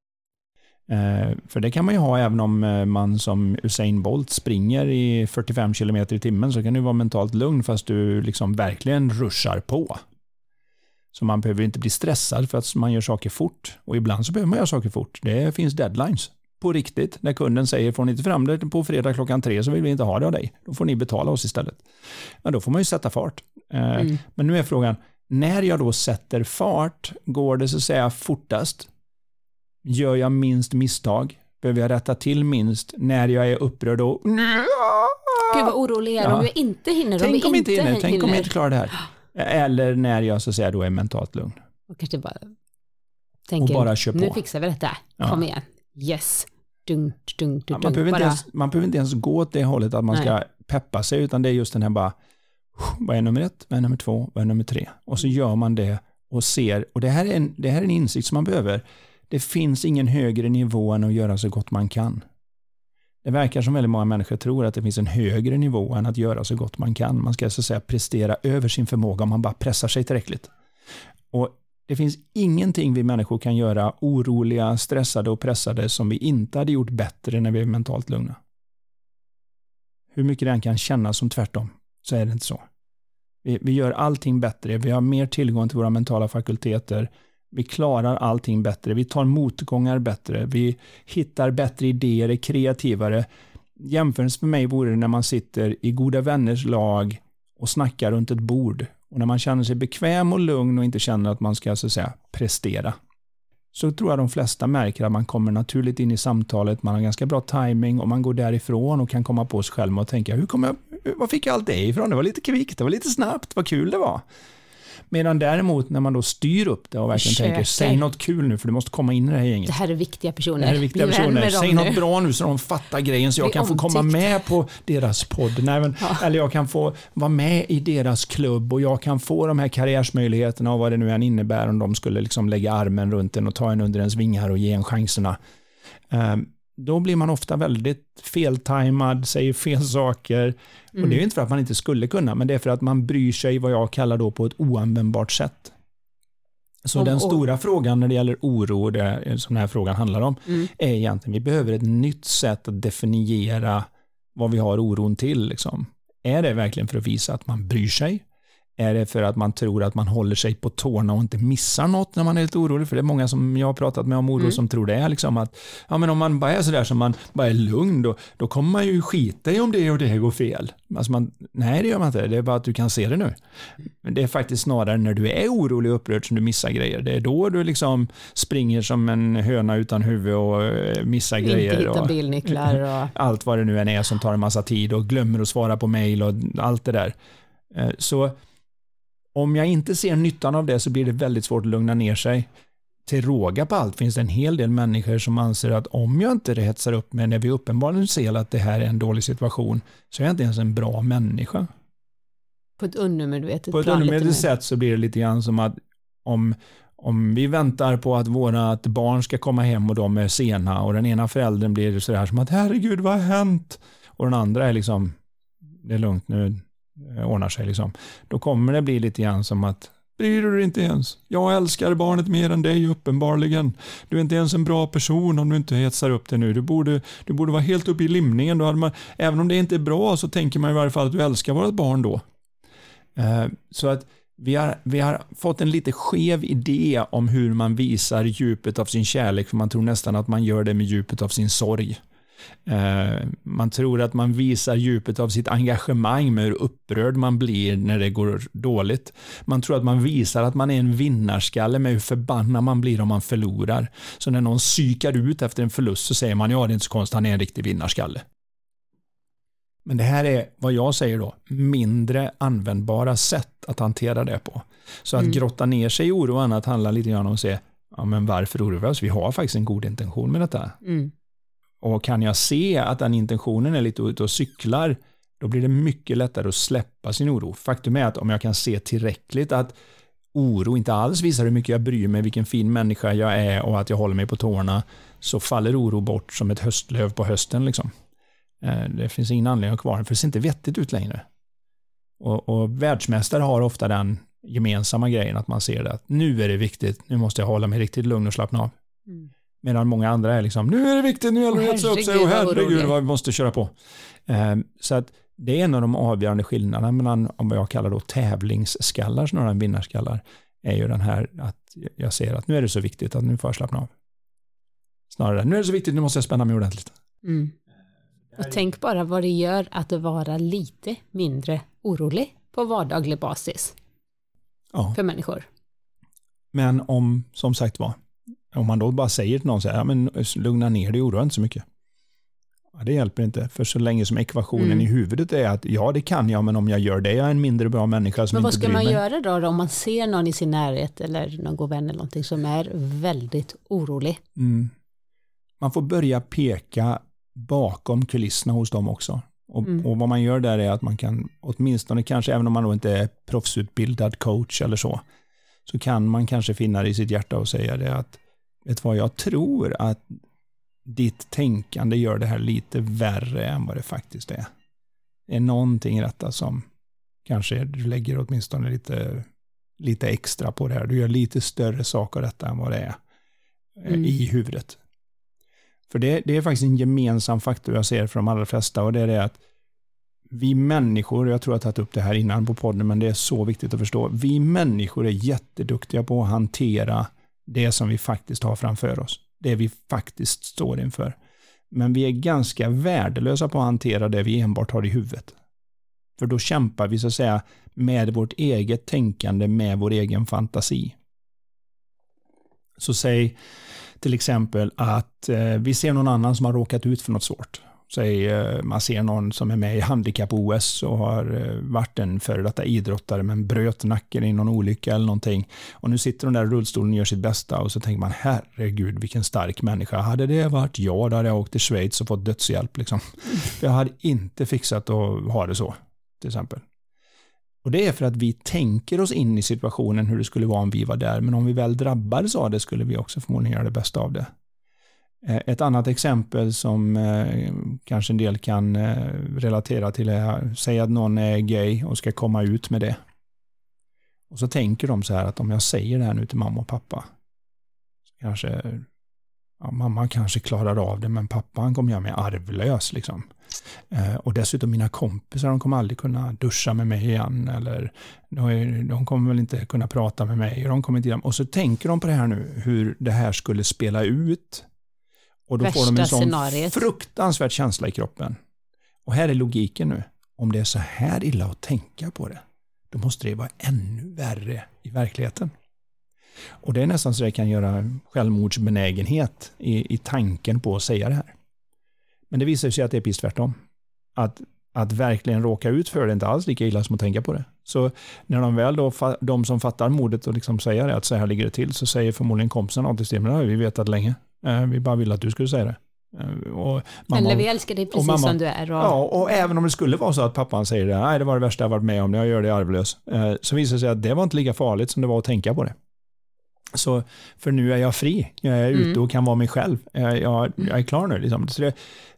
Eh, för det kan man ju ha även om man som Usain Bolt springer i fyrtiofem kilometer i timmen, så kan du vara mentalt lugn fast du liksom verkligen ruschar på. Så man behöver inte bli stressad för att man gör saker fort. Och ibland så behöver man göra saker fort. Det finns deadlines på riktigt. När kunden säger, får ni inte fram det på fredag klockan tre så vill vi inte ha det av dig. Då får ni betala oss istället. Ja, då får man ju sätta fart. Eh, mm. Men nu är frågan, när jag då sätter fart, går det så att säga fortast? Gör jag minst misstag? Behöver jag rätta till minst när jag är upprörd och... Gud vad orolig jag är om jag inte hinner. Tänk om vi inte inte hinner. hinner. Tänk om jag inte klarar det här. Eller när jag så att säga då är mentalt lugn. Och kanske bara tänker, och bara kör på. Nu fixar vi detta. Kom ja. igen. Yes. Dunk, dunk, dunk, ja, man, behöver bara... inte ens, man behöver inte ens gå åt det hållet att man Nej. ska peppa sig, utan det är just den här bara, vad är nummer ett, vad är nummer två, vad är nummer tre? Och så gör man det och ser, och det här är en, det här är en insikt som man behöver. Det finns ingen högre nivå än att göra så gott man kan. Det verkar som väldigt många människor tror att det finns en högre nivå än att göra så gott man kan. Man ska så att säga prestera över sin förmåga om man bara pressar sig tillräckligt. Och det finns ingenting vi människor kan göra oroliga, stressade och pressade som vi inte hade gjort bättre när vi är mentalt lugna. Hur mycket den kan kännas som tvärtom, så är det inte så. Vi, vi gör allting bättre, vi har mer tillgång till våra mentala fakulteter, vi klarar allting bättre, vi tar motgångar bättre, vi hittar bättre idéer, är kreativare. Jämförelse för mig vore det när man sitter i goda vänners lag och snackar runt ett bord. Och när man känner sig bekväm och lugn och inte känner att man ska så att säga prestera. Så tror jag de flesta märker att man kommer naturligt in i samtalet, man har ganska bra timing och man går därifrån och kan komma på sig själv och tänka, hur kom jag, var fick jag allt det ifrån? Det var lite kvickt, det var lite snabbt, vad kul det var. Medan däremot när man då styr upp det och verkligen Försöker. tänker, säg något kul nu för du måste komma in i det här gänget. Det här är viktiga personer. Det här är viktiga personer. Säg något bra nu så de fattar grejen så jag kan omtyckt. få komma med på deras podd. Nej, men, ja. Eller jag kan få vara med i deras klubb och jag kan få de här karriärsmöjligheterna och vad det nu än innebär om de skulle liksom lägga armen runt en och ta en under ens vingar och ge en chanserna. Um, då blir man ofta väldigt feltajmad, säger fel saker. Mm. Och det är inte för att man inte skulle kunna, men det är för att man bryr sig vad jag kallar då på ett oanvändbart sätt. Så och, den stora och... frågan när det gäller oro, det som den här frågan handlar om, mm. är egentligen vi behöver ett nytt sätt att definiera vad vi har oron till. Liksom. Är det verkligen för att visa att man bryr sig? Är det för att man tror att man håller sig på tårna och inte missar något när man är lite orolig? För det är många som jag har pratat med om oro mm. som tror det är liksom att ja, men om man bara är sådär som man bara är lugn då, då kommer man ju skita i om det och det går fel. Alltså man, nej det gör man inte, det är bara att du kan se det nu. Men det är faktiskt snarare när du är orolig och upprörd som du missar grejer. Det är då du liksom springer som en höna utan huvud och missar inte grejer. Inte hitta och, bilnycklar. Och... Allt vad det nu än är som tar en massa tid och glömmer att svara på mejl och allt det där. Så om jag inte ser nyttan av det så blir det väldigt svårt att lugna ner sig. Till råga på allt finns det en hel del människor som anser att om jag inte hetsar upp mig när vi uppenbarligen ser att det här är en dålig situation så är jag inte ens en bra människa. På ett undermedvetet På ett undermedvetet sätt så blir det lite grann som att om, om vi väntar på att våra barn ska komma hem och de är sena och den ena föräldern blir så här som att herregud vad har hänt? Och den andra är liksom det är lugnt nu. Ordnar sig liksom. Då kommer det bli lite grann som att bryr du dig inte ens? Jag älskar barnet mer än dig uppenbarligen. Du är inte ens en bra person om du inte hetsar upp det nu. Du borde, du borde vara helt uppe i limningen. Då hade man, även om det inte är bra så tänker man i varje fall att du älskar vårt barn då. Eh, så att vi har, vi har fått en lite skev idé om hur man visar djupet av sin kärlek för man tror nästan att man gör det med djupet av sin sorg. Uh, man tror att man visar djupet av sitt engagemang med hur upprörd man blir när det går dåligt. Man tror att man visar att man är en vinnarskalle med hur förbannad man blir om man förlorar. Så när någon psykar ut efter en förlust så säger man ja det är inte så konstigt, han är en riktig vinnarskalle. Men det här är vad jag säger då mindre användbara sätt att hantera det på. Så att mm. grotta ner sig i oro och annat handlar lite grann om att se ja, men varför oroar vi oss? Vi har faktiskt en god intention med detta. Mm. Och kan jag se att den intentionen är lite ute och cyklar, då blir det mycket lättare att släppa sin oro. Faktum är att om jag kan se tillräckligt att oro inte alls visar hur mycket jag bryr mig, vilken fin människa jag är och att jag håller mig på tårna, så faller oro bort som ett höstlöv på hösten. Liksom. Det finns ingen anledning att kvar, för det ser inte vettigt ut längre. Och, och världsmästare har ofta den gemensamma grejen att man ser det, att nu är det viktigt, nu måste jag hålla mig riktigt lugn och slappna av. Mm. Medan många andra är liksom, nu är det viktigt, nu gäller det att hetsa upp sig och herregud vad vi måste köra på. Um, så att det är en av de avgörande skillnaderna mellan om vad jag kallar då tävlingsskallar snarare än vinnarskallar är ju den här att jag ser att nu är det så viktigt att nu får jag slappna av. Snarare, nu är det så viktigt, nu måste jag spänna mig ordentligt. Mm. Och tänk bara vad det gör att vara lite mindre orolig på vardaglig basis ja. För människor. Men om, som sagt var, om man då bara säger till någon så här, ja, men lugna ner dig, oroa inte så mycket. Ja, det hjälper inte, för så länge som ekvationen mm. i huvudet är att ja, det kan jag, men om jag gör det, jag är en mindre bra människa som men inte bryr mig. Men vad ska man göra då, då om man ser någon i sin närhet eller någon god vän eller någonting som är väldigt orolig? Mm. Man får börja peka bakom kulisserna hos dem också. Och, mm. och vad man gör där är att man kan, åtminstone kanske, även om man då inte är proffsutbildad coach eller så, så kan man kanske finna det i sitt hjärta och säga det att vet vad, jag tror att ditt tänkande gör det här lite värre än vad det faktiskt är. Det är någonting i detta som kanske du lägger åtminstone lite, lite extra på det här. Du gör lite större saker av detta än vad det är mm. i huvudet. För det, det är faktiskt en gemensam faktor jag ser för de allra flesta, och det är det att vi människor, jag tror jag har tagit upp det här innan på podden, men det är så viktigt att förstå. Vi människor är jätteduktiga på att hantera det som vi faktiskt har framför oss. Det vi faktiskt står inför. Men vi är ganska värdelösa på att hantera det vi enbart har i huvudet. För då kämpar vi så att säga med vårt eget tänkande, med vår egen fantasi. Så säg till exempel att eh, vi ser någon annan som har råkat ut för något svårt. Säg eh, man ser någon som är med i handikapp-O S och har eh, varit en före detta idrottare men bröt nacken i någon olycka eller någonting. Och nu sitter de där i rullstolen och gör sitt bästa, och så tänker man, herregud vilken stark människa. Hade det varit jag, då hade jag åkt till Schweiz och fått dödshjälp. Liksom. Jag hade inte fixat att ha det så, till exempel. Och det är för att vi tänker oss in i situationen hur det skulle vara om vi var där. Men om vi väl drabbades av det skulle vi också förmodligen göra det bästa av det. Ett annat exempel som eh, kanske en del kan eh, relatera till är, säg att någon är gay och ska komma ut med det. Och så tänker de så här att om jag säger det här nu till mamma och pappa, så kanske ja, mamma kanske klarar av det, men pappa han kommer göra mig arvlös liksom. Eh, och dessutom mina kompisar, de kommer aldrig kunna duscha med mig igen, eller de, de kommer väl inte kunna prata med mig, och de kommer inte, och så tänker de på det här nu, hur det här skulle spela ut. Och då värsta får de en sån scenariet. Fruktansvärd känsla i kroppen. Och här är logiken nu. Om det är så här illa att tänka på det, då måste det vara ännu värre i verkligheten. Och det är nästan så det kan göra självmordsbenägenhet i, i tanken på att säga det här. Men det visar sig att det är precis tvärtom. Att, att verkligen råka ut för det är inte alls lika illa som att tänka på det. Så när de väl då, de som fattar modet och liksom säger det, att så här ligger det till, så säger förmodligen kompisen av till stämmen, vi vet att länge. Vi bara ville att du skulle säga det. Och mamma, eller vi älskar dig precis mamma, som du är. Och... Ja, och även om det skulle vara så att pappan säger det, nej det var det värsta jag varit med om, jag gör det arvlös. Så visar det sig att det var inte lika farligt som det var att tänka på det. Så för nu är jag fri, jag är ute och kan vara mig själv. Jag, jag, jag är klar nu. Liksom. Så det,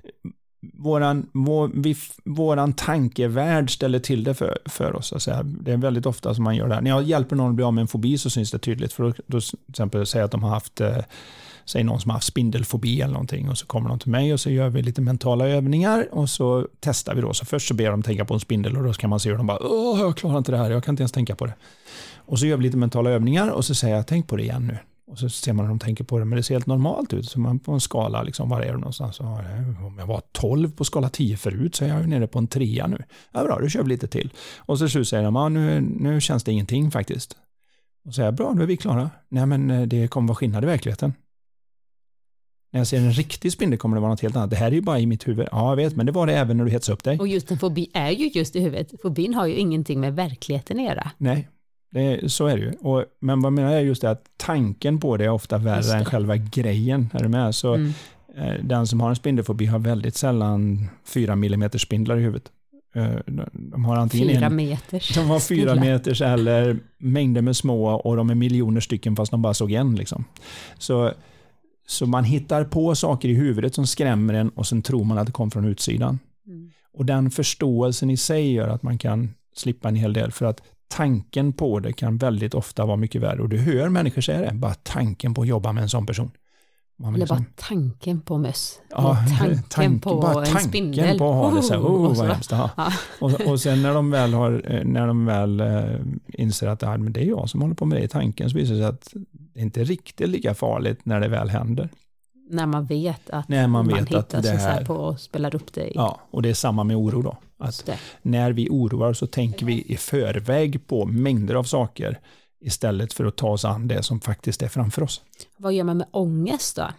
våran, vår, vi, våran tankevärld ställer till det för, för oss. Alltså, det är väldigt ofta som man gör det här. När jag hjälper någon att bli av med en fobi så syns det tydligt. För då, då till exempel säga att de har haft eh, säg någon som har haft spindelfobi eller någonting, och så kommer de till mig och så gör vi lite mentala övningar och så testar vi då. Så först så ber de tänka på en spindel, och då kan man se hur de bara, åh jag klarar inte det här, jag kan inte ens tänka på det. Och så gör vi lite mentala övningar och så säger jag, tänk på det igen nu. Och så ser man hur de tänker på det, men det ser helt normalt ut. Så man på en skala, liksom, var är det någonstans? Så, om jag var tolv på skala tio förut så är jag nere på en trea nu. Ja bra, då kör vi lite till. Och så säger de, ja, nu, nu känns det ingenting faktiskt. Och så säger jag, bra, nu är vi klara. Nej men det kommer vara skillnad i verkligheten. När jag ser en riktig spindel kommer det vara något helt annat. Det här är ju bara i mitt huvud. Ja, jag vet, men det var det även när du hetsade upp dig. Och just en fobi är ju just i huvudet. Fobin har ju ingenting med verkligheten att göra. Nej, det, så är det ju. Och, men vad menar jag just det att tanken på det är ofta värre än själva grejen. Är du med? Så mm. eh, den som har en spindelfobi har väldigt sällan fyra millimeter spindlar i huvudet. Eh, de har antingen fyra en, meters de har fyra spindlar. meters eller mängder med små, och de är miljoner stycken fast de bara såg en liksom. Så Så man hittar på saker i huvudet som skrämmer en, och sen tror man att det kommer från utsidan. Mm. Och den förståelsen i sig gör att man kan slippa en hel del, för att tanken på det kan väldigt ofta vara mycket värre. Och du hör människor säga det, bara tanken på att jobba med en sån person. Man Eller liksom, bara tanken på möss. Ja, tanken tanken, på bara en tanken spindel. på att ha det så här, oh, och, så. vad hemskt, ja. och, och sen när de väl, har, när de väl äh, inser att ja, men det är jag som håller på med det i tanken, så visar det sig att det inte är riktigt lika farligt när det väl händer. När man vet att när man, man vet hittar att det sig här, så här på och spelar upp det. I. Ja, och det är samma med oro då. Att när vi oroar så tänker vi i förväg på mängder av saker istället för att ta oss an det som faktiskt är framför oss. Vad gör man med ångest då?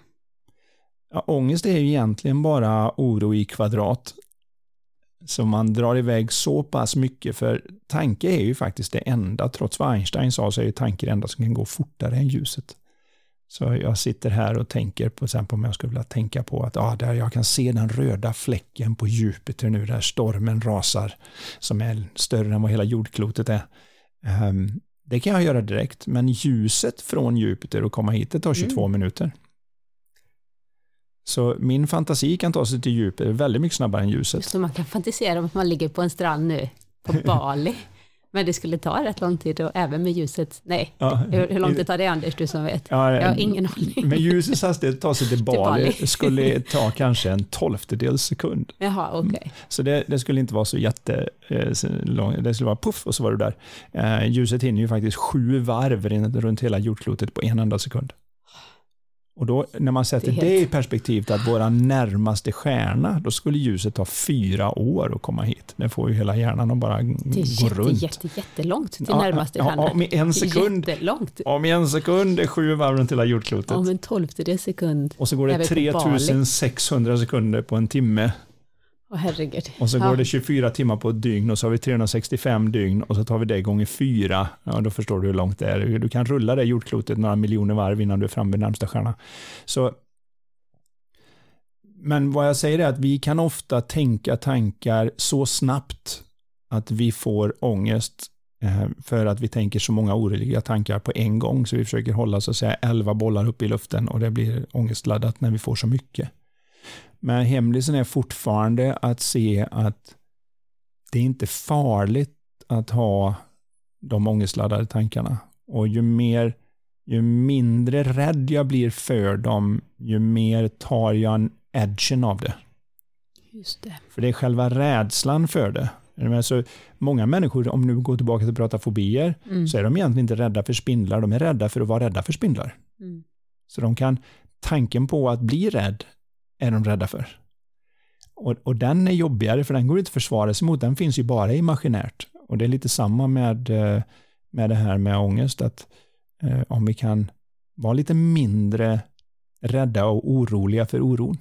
Ja, ångest är ju egentligen bara oro i kvadrat. Så man drar iväg så pass mycket, för tanke är ju faktiskt det enda, trots vad Einstein sa så är ju tanke det enda som kan gå fortare än ljuset. Så jag sitter här och tänker på exempel om jag skulle vilja tänka på att ah, där jag kan se den röda fläcken på Jupiter nu där stormen rasar som är större än vad hela jordklotet är. Um, det kan jag göra direkt, men ljuset från Jupiter och komma hit det tar tjugotvå mm. minuter. Så min fantasi kan ta sig till djupet väldigt mycket snabbare än ljuset. Så man kan fantisera om att man ligger på en strand nu på Bali. Men det skulle ta rätt lång tid och även med ljuset. Nej, ja, hur, hur lång tid tar det, Anders, du som vet? Ja, jag har ingen aning. Med ljusets hastighet tar sig till Bali, till Bali. Skulle ta kanske en tolftedels sekund. Jaha, okej. Okay. Så det, det skulle inte vara så jättelångt. Det skulle vara puff och så var du där. Eh, ljuset hinner ju faktiskt sju varv runt hela jordklotet på en enda sekund. Och då, när man sätter det, helt... det i perspektivet att våra närmaste stjärna, då skulle ljuset ta fyra år att komma hit. Det får ju hela hjärnan att bara gå jätte, runt. Jätte, jättelångt till ja, närmaste ja, stjärna. Om en sekund, jättelångt. Om en sekund är sju varv runt hela jordklotet. Om en tolftedel sekund. Och så går det tre tusen sexhundra sekunder på en timme. Åh, herregud. Och så ja. går det tjugofyra timmar på ett dygn och så har vi trehundrasextiofem dygn och så tar vi det gånger fyra. Ja, då förstår du hur långt det är. Du kan rulla det jordklotet några miljoner varv innan du är framme vid närmsta stjärna. Så, men vad jag säger är att vi kan ofta tänka tankar så snabbt att vi får ångest eh, för att vi tänker så många oroliga tankar på en gång. Så vi försöker hålla så att säga elva bollar upp i luften och det blir ångestladdat när vi får så mycket. Men hemlisen är fortfarande att se att det är inte farligt att ha de ångestladdade tankarna. Och ju mer, ju mindre rädd jag blir för dem, ju mer tar jag en edgen av det. Just det. För det är själva rädslan för det. Så många människor, om nu går tillbaka till att prata fobier, mm. så är de egentligen inte rädda för spindlar. De är rädda för att vara rädda för spindlar. Mm. Så de kan, tanken på att bli rädd är de rädda för. Och, och den är jobbigare för den går inte att försvara sig mot. Den finns ju bara imaginärt. Och det är lite samma med, med det här med ångest. Att eh, om vi kan vara lite mindre rädda och oroliga för oron.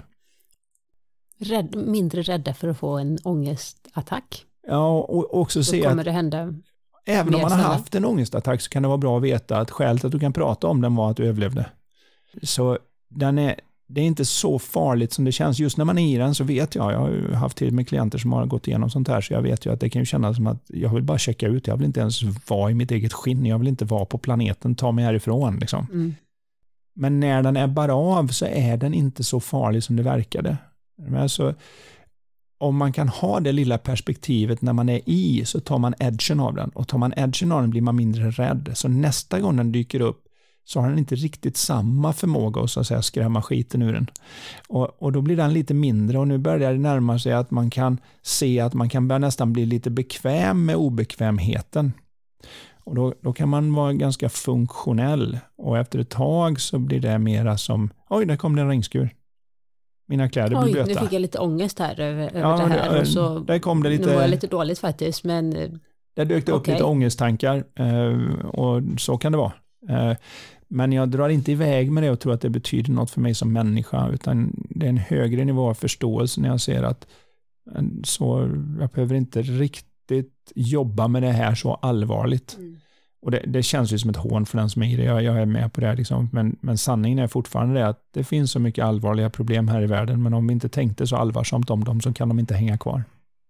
Rädd, mindre rädda för att få en ångestattack. Ja, och också se kommer att det hända även om man har haft en ångestattack så kan det vara bra att veta att skälet att du kan prata om den var att du överlevde. Så den är det är inte så farligt som det känns. Just när man är i den så vet jag, jag har haft tid med klienter som har gått igenom sånt här, så jag vet ju att det kan ju kännas som att jag vill bara checka ut, jag vill inte ens vara i mitt eget skinn, jag vill inte vara på planeten, ta mig härifrån liksom. Mm. Men när den är bara av så är den inte så farlig som det verkade. Men så, om man kan ha det lilla perspektivet när man är i, så tar man edgen av den, och tar man edgen av den blir man mindre rädd. Så nästa gång den dyker upp så har den inte riktigt samma förmåga att, så att säga, skrämma skiten ur den. Och, och då blir den lite mindre, och nu börjar det närma sig att man kan se att man kan börja nästan bli lite bekväm med obekvämheten. Och då, då kan man vara ganska funktionell, och efter ett tag så blir det mera som, oj, där kom det en regnskur. Mina kläder blir blöta. Oj, nu fick jag lite ångest här över, över ja, det här. Det, och så, där kom det lite, nu var jag lite dåligt faktiskt, men... Där dök det upp okay. lite ångesttankar, och så kan det vara. Men jag drar inte iväg med det och tror att det betyder något för mig som människa, utan det är en högre nivå av förståelse när jag ser att så jag behöver inte riktigt jobba med det här så allvarligt. Mm. Och det, det känns ju som ett hån för den som är i det. Jag, jag är med på det här liksom. men, men sanningen är fortfarande det att det finns så mycket allvarliga problem här i världen, men om vi inte tänkte så allvarsamt om dem så kan de inte hänga kvar.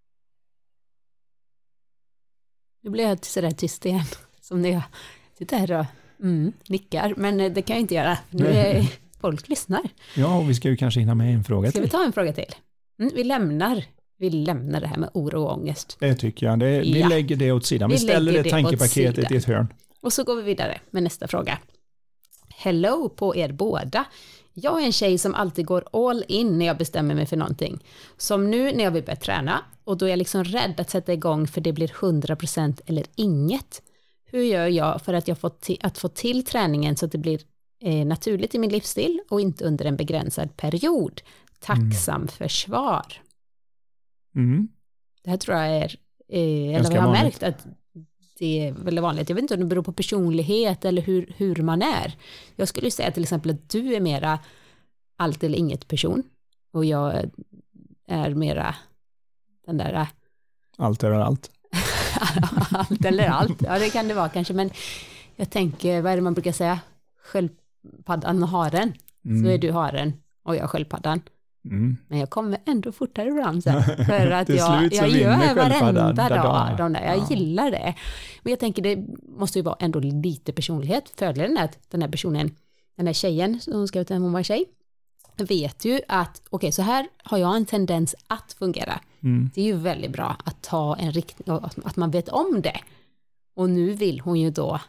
Nu blir jag sådär tyst igen, som när jag sitter här och mm, nickar, men det kan jag inte göra. Nu är folk lyssnar. Ja, och vi ska ju kanske hinna med en fråga ska till. Ska vi ta en fråga till? Mm, vi lämnar vi lämnar det här med oro och ångest. Det tycker jag. Det, vi ja. lägger det åt sidan. Vi, vi ställer det, det tankepaketet i ett hörn. Och så går vi vidare med nästa fråga. Hello på er båda. Jag är en tjej som alltid går all in när jag bestämmer mig för någonting. Som nu när jag vill börja träna, och då är jag liksom rädd att sätta igång för det blir hundra procent eller inget. Hur gör jag för att jag får t- att få till träningen så att det blir eh, naturligt i min livsstil och inte under en begränsad period? Tacksam mm. för svar. Mm. Det här tror jag är, eh, eller jag har vanligt. märkt att det är väldigt vanligt. Jag vet inte om det beror på personlighet eller hur, hur man är. Jag skulle säga till exempel att du är mera allt eller inget person, och jag är mera den där... Allt eller allt. allt eller allt. Ja, det kan det vara kanske, men jag tänker, vad är det man brukar säga? Sköldpaddan och haren. Mm. Så är du haren och jag sköldpaddan. Mm. Men jag kommer ändå fortare fram sen, för att jag, jag gör varenda dag de där. Jag ja. gillar det. Men jag tänker, det måste ju vara ändå lite personlighet. Fördelen är att den här personen, den här tjejen som skrev att hon var tjej, vet ju att okej, okay, så här har jag en tendens att fungera. Mm. Det är ju väldigt bra att ta en riktning, att man vet om det. Och nu vill hon ju då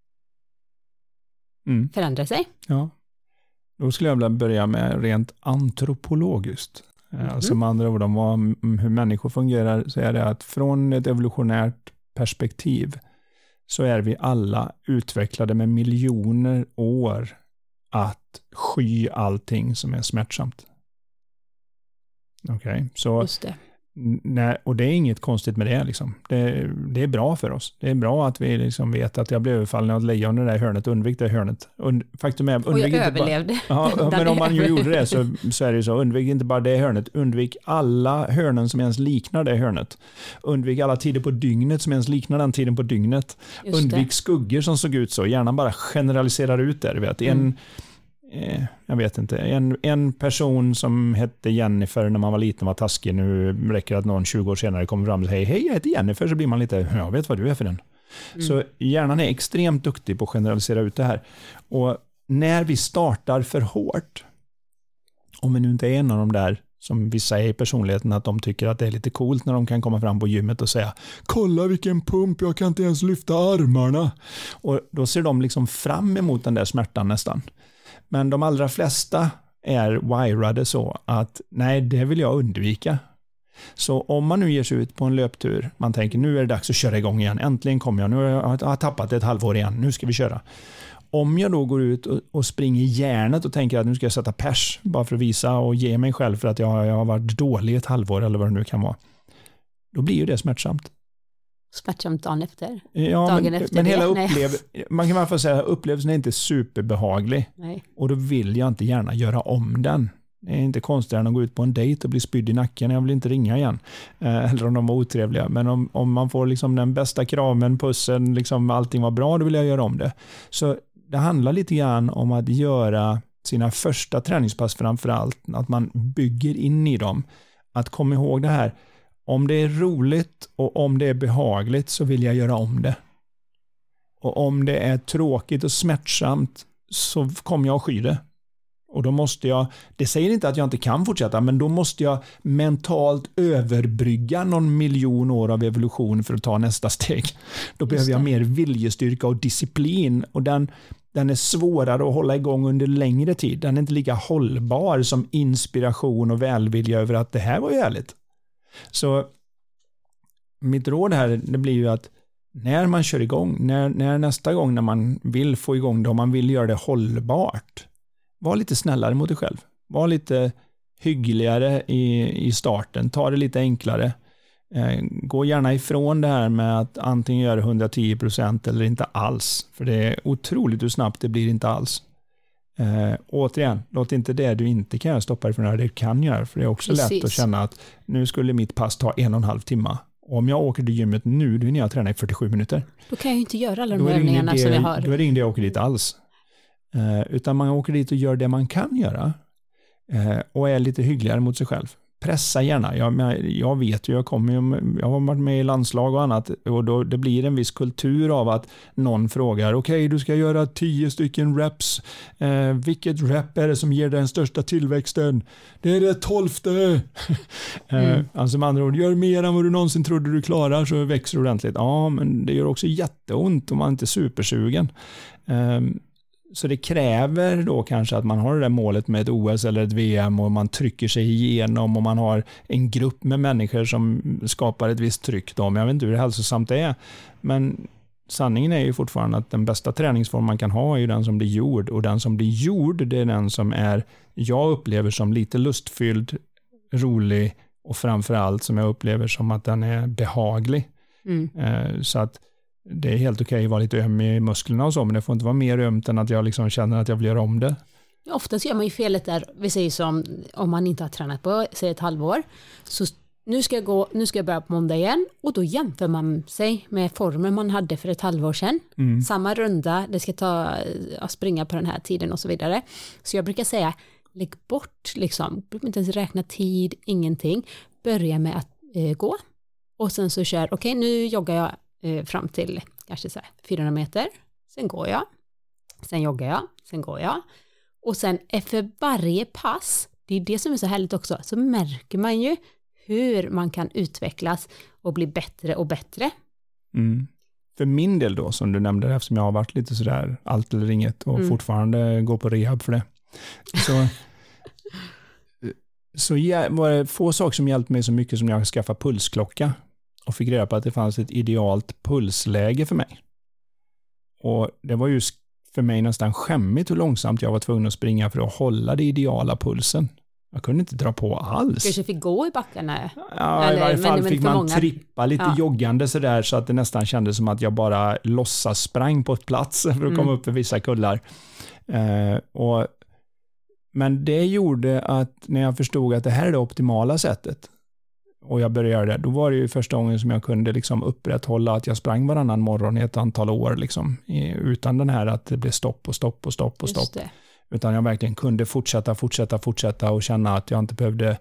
mm. förändra sig. Ja. Då skulle jag vilja börja med rent antropologiskt. Mm. Alltså med andra ord om vad, hur människor fungerar, så är det att från ett evolutionärt perspektiv så är vi alla utvecklade med miljoner år att sky allting som är smärtsamt. Okej, okay, så just det. Nej, och det är inget konstigt med det. Liksom. Det, det är bra för oss. Det är bra att vi liksom vet att jag blev överfallen av ett lejon i det där hörnet. Undvik det hörnet. Und, faktum är, undvik och jag inte överlevde. Bara, ja, men om man ju gjorde det så, så är det ju så. Undvik inte bara det hörnet. Undvik alla hörnen som ens liknar det hörnet. Undvik alla tider på dygnet som ens liknar den tiden på dygnet. Just undvik det. Skuggor som såg ut så. Gärna bara generaliserar ut det. Du vet. En... Mm. Jag vet inte, en, en person som hette Jennifer när man var liten var taskig, nu räcker det att någon tjugo år senare kommer fram och säger hej, jag heter Jennifer, så blir man lite, jag vet vad du är för den. Mm. Så hjärnan är extremt duktig på att generalisera ut det här. Och när vi startar för hårt, om vi nu inte är en av de där som vissa är i personligheten, att de tycker att det är lite coolt när de kan komma fram på gymmet och säga kolla vilken pump, jag kan inte ens lyfta armarna. Och då ser de liksom fram emot den där smärtan nästan. Men de allra flesta är wirade så att nej, det vill jag undvika. Så om man nu ger sig ut på en löptur, man tänker nu är det dags att köra igång igen. Äntligen kommer jag, nu har jag tappat ett halvår igen, nu ska vi köra. Om jag då går ut och, och springer i järnet och tänker att nu ska jag sätta pers bara för att visa och ge mig själv för att jag, jag har varit dålig ett halvår eller vad det nu kan vara. Då blir ju det smärtsamt. Smärtsamt dagen efter. Ja, dagen men, efter men det. hela upplev, man kan i alla fall säga att upplevelsen är inte superbehaglig. Nej. Och då vill jag inte gärna göra om den. Det är inte konstigt än att gå ut på en dejt och bli spydd i nacken. Jag vill inte ringa igen. Eh, eller om de var otrevliga. Men om, om man får liksom den bästa kramen, pussen, liksom allting var bra, då vill jag göra om det. Så det handlar lite grann om att göra sina första träningspass framför allt. Att man bygger in i dem. Att komma ihåg det här. Om det är roligt och om det är behagligt så vill jag göra om det. Och om det är tråkigt och smärtsamt så kommer jag att sky det. Och då måste jag, det säger inte att jag inte kan fortsätta, men då måste jag mentalt överbrygga någon miljon år av evolution för att ta nästa steg. Då behöver jag mer viljestyrka och disciplin, och den, den är svårare att hålla igång under längre tid. Den är inte lika hållbar som inspiration och välvilja över att det här var ju härligt. Så mitt råd här, det blir ju att när man kör igång, när, när nästa gång när man vill få igång det och man vill göra det hållbart, var lite snällare mot dig själv. Var lite hyggligare i, i starten. Ta det lite enklare. Eh, gå gärna ifrån det här med att antingen göra hundratio procent eller inte alls. För det är otroligt hur snabbt det blir inte alls. Eh, återigen, låt inte det du inte kan göra stoppa dig från det du kan göra. För det är också Precis. lätt att känna att nu skulle mitt pass ta en och en halv timme. Och om jag åker till gymmet nu, då hinner jag träna i fyrtiosju minuter. Då kan jag ju inte göra alla de övningarna det, som jag har. Då är det ingen idé jag åker dit alls. Eh, utan man åker dit och gör det man kan göra. Eh, och är lite hyggligare mot sig själv. Pressa gärna. Jag, jag vet ju, jag, kommer ju, jag har varit med i landslag och annat. Och då, det blir en viss kultur av att någon frågar, okej, okay, du ska göra tio stycken reps. Eh, vilket rep är det som ger den största tillväxten? Det är det tolfte. mm. eh, alltså med andra ord, gör mer än vad du någonsin trodde du klarar så växer du ordentligt. Ja, men det gör också jätteont om man inte är supersugen. Eh, Så det kräver då kanske att man har det där målet med ett O S eller ett V M och man trycker sig igenom och man har en grupp med människor som skapar ett visst tryck då. Men jag vet inte hur hälsosamt det är. Men sanningen är ju fortfarande att den bästa träningsform man kan ha är ju den som blir gjord. Och den som blir gjord, det är den som är, jag upplever som lite lustfylld, rolig och framförallt som jag upplever som att den är behaglig. Mm. Så att det är helt okej att vara lite öm i musklerna och så, men det får inte vara mer ömt än att jag liksom känner att jag vill göra om det. Oftast gör man ju felet där, vi säger som om man inte har tränat på säg ett halvår, så nu ska jag gå, nu ska jag börja på måndag igen, och då jämför man sig med formen man hade för ett halvår sedan. Mm. Samma runda, det ska ta att springa på den här tiden och så vidare. Så jag brukar säga, lägg bort liksom, inte ens räkna tid, ingenting. Börja med att eh, gå, och sen så kör, okej okay, nu joggar jag fram till kanske så här fyrahundra meter, sen går jag, sen joggar jag, sen går jag, Och sen efter varje pass, det är det som är så härligt också, så märker man ju hur man kan utvecklas och bli bättre och bättre. Mm. För min del då, som du nämnde, eftersom jag har varit lite sådär allt eller inget och mm. fortfarande går på rehab för det. Så, så var det få saker som hjälpte mig så mycket som jag skaffade pulsklocka och fick reda på att det fanns ett idealt pulsläge för mig. Och det var ju för mig nästan skämmigt hur långsamt jag var tvungen att springa för att hålla det ideala pulsen. Jag kunde inte dra på alls. Kanske fick gå i backarna. Ja, eller, i varje fall men, fick men man många... trippa lite ja. joggande sådär så att det nästan kändes som att jag bara låtsas sprang på ett plats för att mm. komma upp för vissa kullar. Eh, och, men det gjorde att när jag förstod att det här är det optimala sättet och jag började göra det, då var det ju första gången som jag kunde liksom upprätthålla att jag sprang varannan morgon i ett antal år liksom, utan den här att det blev stopp och stopp och stopp och stopp. Utan jag verkligen kunde fortsätta, fortsätta, fortsätta och känna att jag inte behövde...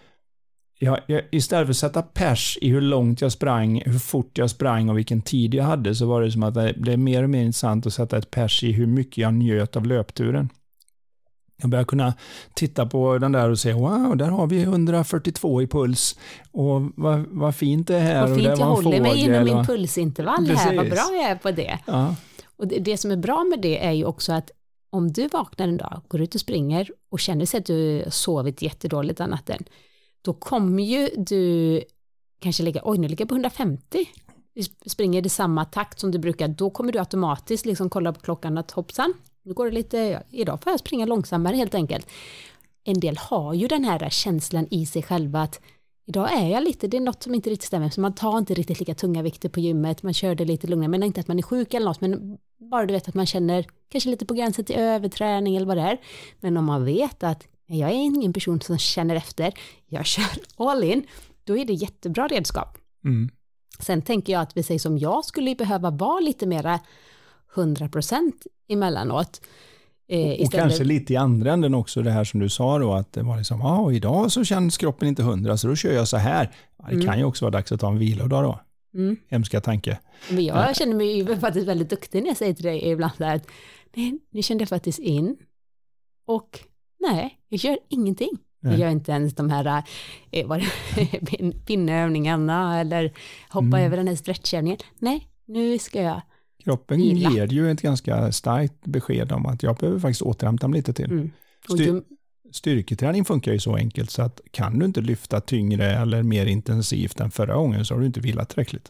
Jag, jag, istället för att sätta pers i hur långt jag sprang, hur fort jag sprang och vilken tid jag hade, så var det som att det, det är mer och mer intressant att sätta ett pers i hur mycket jag njöt av löpturen. Jag började kunna titta på den där och säga, wow, där har vi hundrafyrtiotvå i puls. Och vad, vad fint det är här. Vad fint och jag håller mig inom min och... pulsintervall Precis. här, vad bra jag är på det. Ja. Och det, det som är bra med det är ju också att om du vaknar en dag, går ut och springer och känner sig att du sovit jättedåligt den natten, då kommer ju du kanske lägga, oj nu ligger på hundrafemtio. Du springer i samma takt som du brukar, då kommer du automatiskt liksom kolla på klockan att hoppsan, nu går det lite, idag får jag springa långsammare helt enkelt. En del har ju den här känslan i sig själva att idag är jag lite, det är något som inte riktigt stämmer, så man tar inte riktigt lika tunga vikter på gymmet, man kör det lite lugnare, men inte att man är sjuk eller något, men bara du vet att man känner kanske lite på gränsen till överträning eller vad det är. Men om man vet att jag är ingen person som känner efter, jag kör all in, då är det jättebra redskap. Mm. Sen tänker jag att vi säger som jag skulle behöva vara lite mera hundra procent emellanåt. Eh, och, och kanske lite i andra änden också det här som du sa då, att det var liksom, ja ah, idag så känns kroppen inte hundra så då kör jag så här. Ja, det mm. kan ju också vara dags att ta en vilodag då. Mm. Hemska tanke. Men jag äh. känner mig ju faktiskt väldigt duktig när jag säger till dig ibland där att nej, nu kände jag faktiskt in och nej, jag gör ingenting. Nej. Jag gör inte ens de här eh, vad det, pinnövningarna eller hoppa mm. över den här stretchövningen. Nej, nu ska jag Kroppen vila. Ger ju ett ganska starkt besked om att jag behöver faktiskt återhämta mig lite till. Mm. Styr- du... Styrketräning funkar ju så enkelt så att kan du inte lyfta tyngre eller mer intensivt än förra gången så har du inte vilat tillräckligt.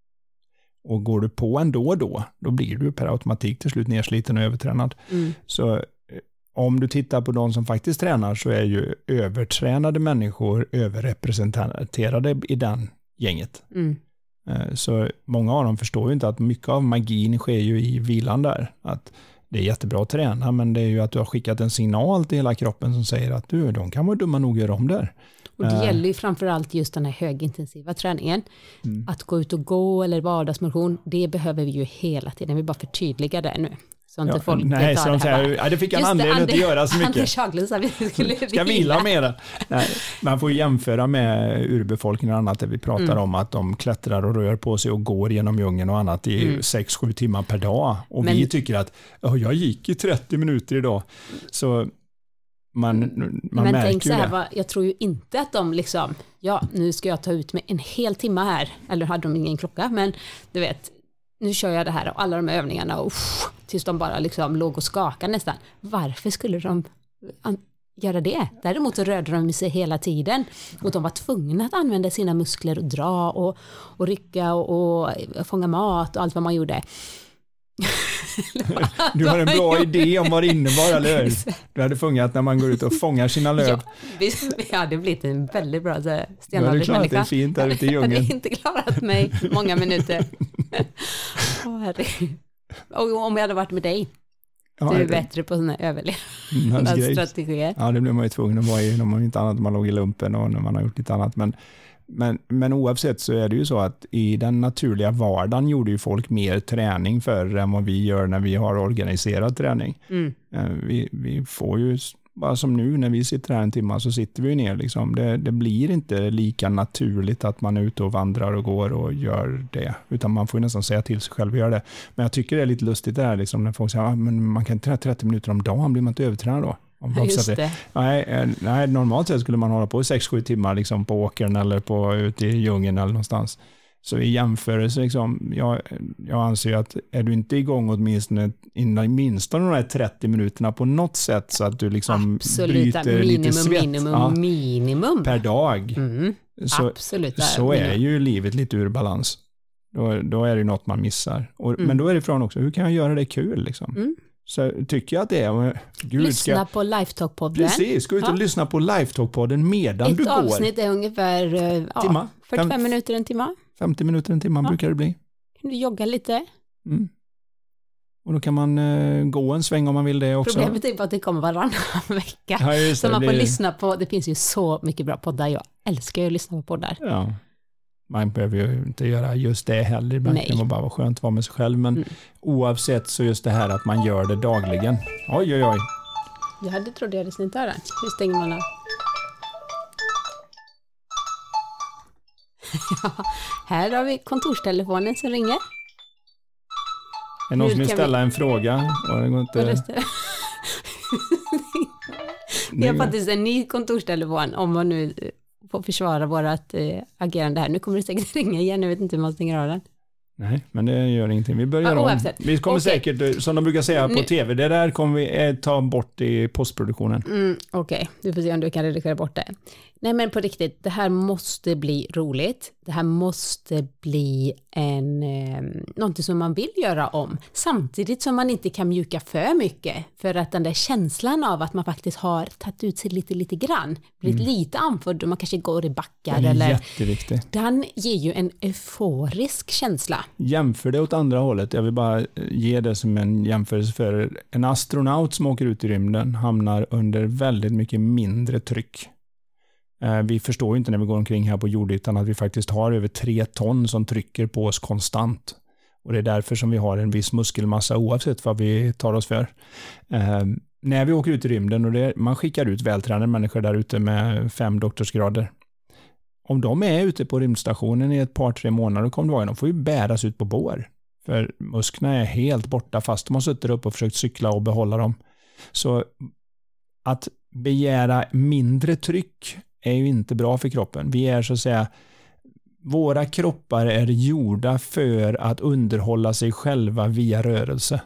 Och går du på ändå då, då blir du per automatik till slut nedsliten och övertränad. Mm. Så om du tittar på de som faktiskt tränar så är ju övertränade människor överrepresenterade i den gänget. Mm. Så många av dem förstår ju inte att mycket av magin sker ju i vilan där. Att det är jättebra att träna, men det är ju att du har skickat en signal till hela kroppen som säger att du, de kan vara dumma nog att göra om där. Och det uh, gäller ju framförallt just den här högintensiva träningen. Mm. Att gå ut och gå eller vardagsmotion, det behöver vi ju hela tiden. Vi bara förtydliga det nu. Så inte ja, folk nej, tar så det här säger, ja, det fick en anledning att göra så mycket. Anders Haglund sa att vi skulle vila. Ska vila mera. Nej, man får jämföra med urbefolkningen och annat där vi pratar mm. om att de klättrar och rör på sig och går genom djungeln och annat i mm. sex sju timmar per dag. Och men, vi tycker att jag gick i trettio minuter idag. Så man, man men märker tänk så ju här, det. Va, jag tror ju inte att de liksom, ja nu ska jag ta ut mig en hel timme här. Eller hade de ingen klocka, men du vet, nu kör jag det här och alla de här övningarna och uff, tills de bara liksom låg och skakade nästan. Varför skulle de an- göra det? Däremot så rörde de sig hela tiden och de var tvungna att använda sina muskler och dra och, och rycka och, och fånga mat och allt vad man gjorde. Du har en bra idé om vad det innebar, eller hur? Du hade fungat när man går ut och fångar sina löv. Ja, vi, vi hade blivit en väldigt bra stenåldersmänniska. Du hade klarat det fint där ute i djungeln. Jag hade inte klarat mig många minuter. Oh, och om jag hade varit med dig, ja, du är det bättre på sådana överlevnadsstrategier. Ja, det blir man ju tvungen att vara i när man inte annat man låg i lumpen och när man har gjort lite annat. Men, men, men oavsett så är det ju så att i den naturliga vardagen gjorde ju folk mer träning förr än vad vi gör när vi har organiserat träning. Mm. Vi, vi får ju bara som nu när vi sitter här en timme så sitter vi ner liksom. Det, det blir inte lika naturligt att man är ute och vandrar och går och gör det, utan man får ju nästan säga till sig själv att göra det. Men jag tycker det är lite lustigt det här liksom, när folk säger att ah, man kan träna trettio minuter om dagen, blir man inte övertränad då? Om ja, just det. Nej, nej, normalt sett skulle man hålla på i sex sju timmar liksom, på åkern eller på, ute i djungeln eller någonstans. Så i jämförelse, liksom, jag, jag anser att är du inte igång åtminstone innan minst de här trettio minuterna på något sätt så att du liksom absolut, bryter minimum, lite svett minimum, ja, minimum. per dag, mm, så, absolut, så är ju livet lite ur balans. Då, då är det något man missar. Och, mm. Men då är det ifrån också, hur kan jag göra det kul? Liksom? Mm. Så tycker jag att det är... Gud, lyssna ska, på Lifetalk-podden. Precis, gå ut och ja. lyssna på Lifetalk-podden medan Ett du går. Ett avsnitt är ungefär ja, timma. fyrtiofem Fem, minuter, en timme. femtio minuter, en timme ja. brukar det bli. Kan du jogga lite? Mm. Och då kan man uh, gå en sväng om man vill det också. Problemet är bara att det kommer varannan vecka. Ja, just det, så man blir... får lyssna på, det finns ju så mycket bra poddar. Jag älskar ju att lyssna på poddar. Ja. Man behöver ju inte göra just det heller. Ibland kan det bara vara skönt att vara med sig själv. Men mm. oavsett så just det här att man gör det dagligen. Oj, oj, oj. Jag hade trodde jag hade snint öra. Hur stänger man av? Ja, här har vi kontorstelefonen som ringer. Är det någon som vill ställa vi... en fråga? Och det går inte... Vi har faktiskt en ny kontorstelefon om man nu får försvara vårt äh, agerande här. Nu kommer det säkert ringa igen, jag vet inte hur man stänger av den. Nej, men det gör ingenting. Vi börjar ja, om. Vi kommer okay. säkert, som de brukar säga på nu. tv, det där kommer vi ta bort i postproduktionen. Mm, Okej, okay. Du får se om du kan redigera bort det. Nej, men på riktigt, det här måste bli roligt. Det här måste bli en, eh, någonting som man vill göra om. Samtidigt som man inte kan mjuka för mycket. För att den där känslan av att man faktiskt har tagit ut sig lite, lite grann. Blivit mm. lite anförd och man kanske går i backar. Den är eller, jätteviktig. Den ger ju en euforisk känsla. Jämför det åt andra hållet. Jag vill bara ge det som en jämförelse för en astronaut som åker ut i rymden hamnar under väldigt mycket mindre tryck. Vi förstår ju inte när vi går omkring här på jordytan att vi faktiskt har över tre ton som trycker på oss konstant. Och det är därför som vi har en viss muskelmassa oavsett vad vi tar oss för. Eh, när vi åker ut i rymden och det, man skickar ut vältränade människor där ute med fem doktorsgrader. Om de är ute på rymdstationen i ett par, tre månader och kommer de får ju bäras ut på bår. För musklerna är helt borta fast de har suttit upp och försökt cykla och behålla dem. Så att begära mindre tryck är ju inte bra för kroppen. Vi är så att säga, våra kroppar är gjorda för att underhålla sig själva via rörelse.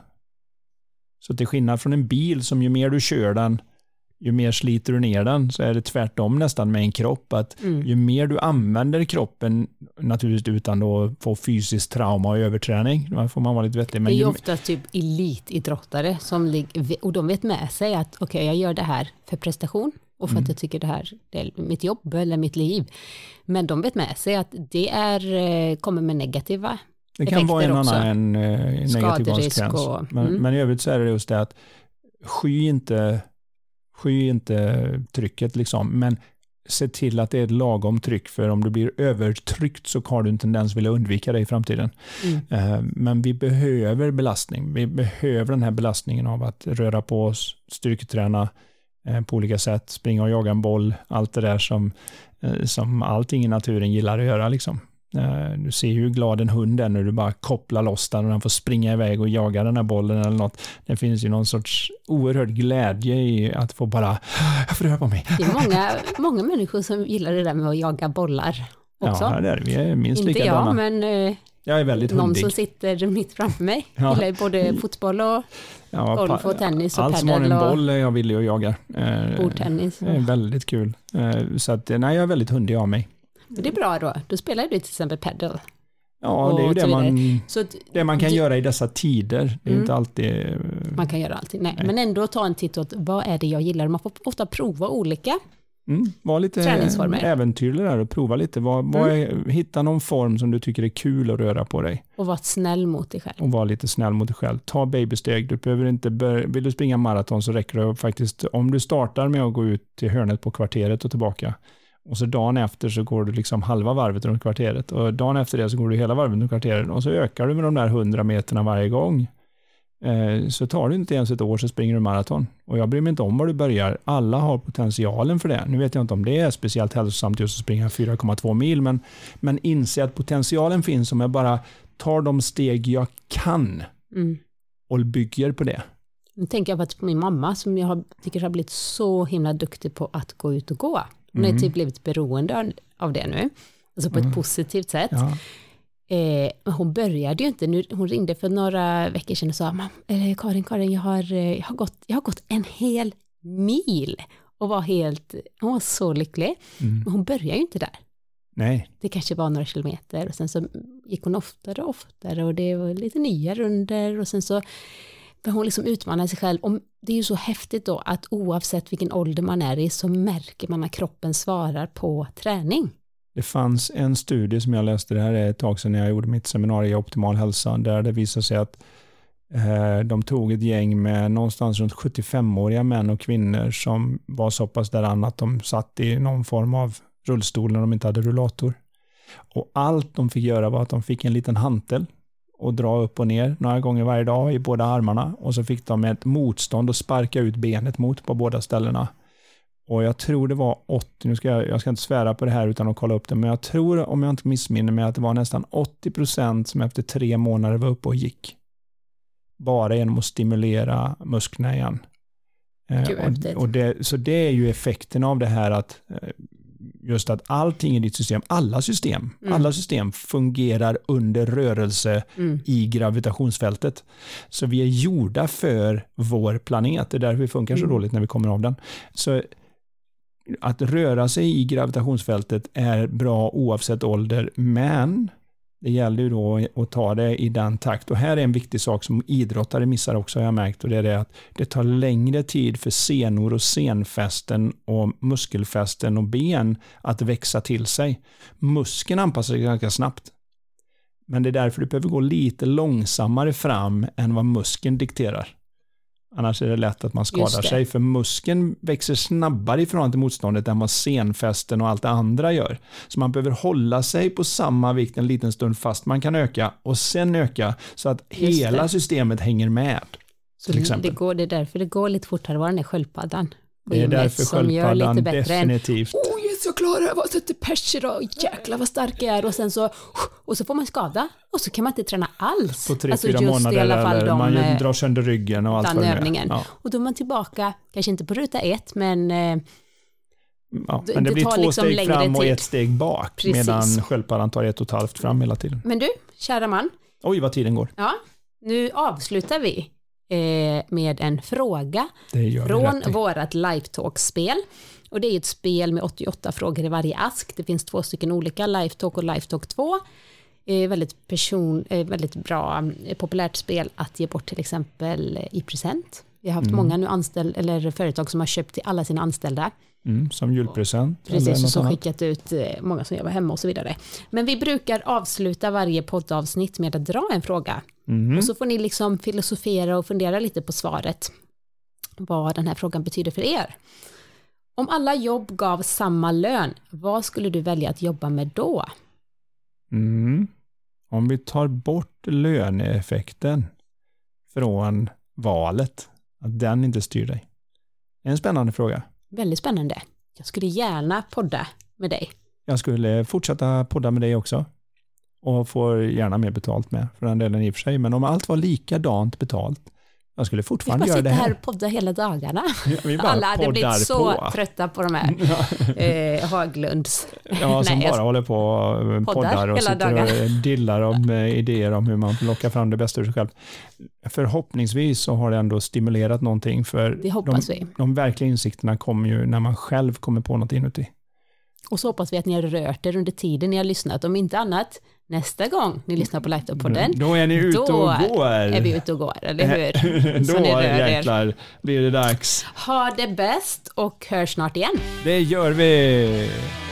Så till skillnad från en bil som ju mer du kör den, ju mer sliter du ner den, så är det tvärtom nästan med en kropp. Att mm. ju mer du använder kroppen, naturligtvis utan att få fysiskt trauma och överträning, då får man vara lite vettig. Men det är ju ju... ofta typ elitidrottare som, och de vet med sig att okej, okay, jag gör det här för prestation. Och för mm. att jag tycker det här det är mitt jobb eller mitt liv. Men de vet med sig att det är, kommer med negativa det kan vara en också. annan en, en negativ konsekvens. Och, men, mm. men i övrigt så är det just det att sky inte, sky inte trycket liksom. Men se till att det är ett lagom tryck. För om du blir övertryckt så har du en tendens att vilja undvika det i framtiden. Mm. Men vi behöver belastning. Vi behöver den här belastningen av att röra på oss, styrketräna på olika sätt, springa och jaga en boll, allt det där som, som allting i naturen gillar att göra liksom. Du ser ju hur glad en hund är när du bara kopplar loss den och den får springa iväg och jaga den här bollen eller något. Det finns ju någon sorts oerhörd glädje i att få bara, jag får röra på mig. Det är många, många människor som gillar det där med att jaga bollar också. Ja, det är vi är minst Inte likadana. jag, men... Jag är väldigt någon hundig. som sitter mitt framför mig. Ja. Gillar både fotboll och ja, golf och tennis och allt paddel. Allt som har en boll är jag villig att jaga. Bordtennis. Det är väldigt kul. Så att, nej, jag är väldigt hundig av mig. Det är bra då. Då spelar du till exempel paddel. Ja, det är ju det man, så det man kan du, göra i dessa tider. Det är mm, inte alltid... Man kan göra alltid, nej. nej. Men ändå ta en titt åt vad är det jag gillar. Man får ofta prova olika mm, var lite äventyrlig där och prova lite. Vad, vad är, hitta någon form som du tycker är kul att röra på dig. Och vara snäll mot dig själv. Och vara lite snäll mot dig själv. Ta babysteg. Du behöver inte börja, vill du springa maraton så räcker det faktiskt, om du startar med att gå ut till hörnet på kvarteret och tillbaka. Och så dagen efter så går du liksom halva varvet runt kvarteret. Och dagen efter det så går du hela varvet runt kvarteret. Och så ökar du med de där hundra meterna varje gång. eh, så tar du inte ens ett år så springer du maraton. Och jag bryr mig inte om var du börjar. Alla har potentialen för det. Nu vet jag inte om det är speciellt hälsosamt just att springa fyra komma två mil, men, men inse att potentialen finns om jag bara tar de steg jag kan mm. och bygger på det. Nu tänker jag på min mamma som jag har, tycker har blivit så himla duktig på att gå ut och gå. Hon mm. har typ blivit beroende av det nu. Alltså på mm. ett positivt sätt. Ja. Eh, men hon började ju inte. Nu, hon ringde för några veckor sedan och sa eh, Karin, Karin jag, har, jag, har gått, jag har gått en hel mil. Och var helt, hon var så lycklig. Mm. Men hon började ju inte där. Nej. Det kanske var några kilometer. Och sen så gick hon oftare och oftare. Och det var lite nya runder. Och sen så hon liksom utmanar sig själv. Om, det är ju så häftigt då att oavsett vilken ålder man är i så märker man att kroppen svarar på träning. Det fanns en studie som jag läste, det här är ett tag sedan när jag gjorde mitt seminarium i optimal hälsa, där det visade sig att eh, de tog ett gäng med någonstans runt sjuttiofemåriga män och kvinnor som var så pass däran att de satt i någon form av rullstol när de inte hade rullator. Och allt de fick göra var att de fick en liten hantel och dra upp och ner några gånger varje dag i båda armarna, och så fick de ett motstånd och sparka ut benet mot på båda ställena. Och jag tror det var åttio, nu ska jag, jag ska inte svära på det här utan att kolla upp det, men jag tror, om jag inte missminner mig, att det var nästan åttio procent som efter tre månader var uppe och gick. Bara genom att stimulera musklerna igen. Eh, och, och det, så det är ju effekten av det här, att just att allting i ditt system, alla system, mm. alla system fungerar under rörelse mm. i gravitationsfältet. Så vi är gjorda för vår planet. Det är därför vi funkar så mm. dåligt när vi kommer av den. Så att röra sig i gravitationsfältet är bra oavsett ålder, men det gäller ju då att ta det i den takt. Och här är en viktig sak som idrottare missar också, har jag märkt, och det är det att det tar längre tid för senor och senfästen och muskelfästen och ben att växa till sig. Muskeln anpassar sig ganska snabbt. Men det är därför du behöver gå lite långsammare fram än vad muskeln dikterar. Annars är det lätt att man skadar sig, för muskeln växer snabbare i förhållande till motståndet än vad senfästen och allt det andra gör. Så man behöver hålla sig på samma vikt en liten stund fast man kan öka och sen öka så att Just hela det. systemet hänger med. Så till exempel. Det, går, det är därför det går lite fortare var den är sköldpaddan. Det är därför sköldpaddan definitivt. Än, oh yes, jag klarar det, vad sätter perser och jäkla vad stark jag är, och sen så och så får man skada och så kan man inte träna alls. På tre, alltså fyra månader eller de, man drar sönder ryggen och allt vad det är. Ja. Och då är man tillbaka, kanske inte på ruta ett, men eh, ja, men det, det blir två liksom steg fram och tid. ett steg bak. Precis. Medan sköldpaddan tar ett och ett halvt fram hela tiden. Men du, kära man. Oj, vad tiden går. Ja, nu avslutar vi med en fråga från vårat Lifetalk-spel. Och det är ett spel med åttioåtta frågor i varje ask. Det finns två stycken olika, Lifetalk och Lifetalk två. Eh, väldigt, person, eh, väldigt bra, eh, populärt spel att ge bort till exempel i present. Vi har haft mm. många nu anställda eller företag som har köpt till alla sina anställda. Mm, som julpresent. Precis, och så skickat ut eh, många som jobbar hemma och så vidare. Men vi brukar avsluta varje poddavsnitt med att dra en fråga. Mm. Och så får ni liksom filosofera och fundera lite på svaret. Vad den här frågan betyder för er. Om alla jobb gav samma lön, vad skulle du välja att jobba med då? Mm. Om vi tar bort löneeffekten från valet, att den inte styr dig. Det är en spännande fråga. Väldigt spännande. Jag skulle gärna podda med dig. Jag skulle fortsätta podda med dig också. Och får gärna mer betalt med för den delen i och för sig. Men om allt var likadant betalt, jag skulle fortfarande göra det här. Vi bara sitta här och podda hela dagarna. Ja, vi bara alla hade blivit så på. trötta på de här eh, Haglunds. Ja, som Nej, bara jag... håller på och poddar och sitter dagarna. och dillar om idéer om hur man lockar fram det bästa ur sig själv. Förhoppningsvis så har det ändå stimulerat någonting, för det hoppas de, vi. de verkliga insikterna kommer ju när man själv kommer på något inuti. Och så hoppas vi att ni har rört er under tiden ni har lyssnat. Om inte annat, nästa gång ni lyssnar på Lifetalk-podden, då är ni ute och går. är vi ute och går, eller hur? Då jäklar blir det dags. Ha det bäst och hör snart igen. Det gör vi!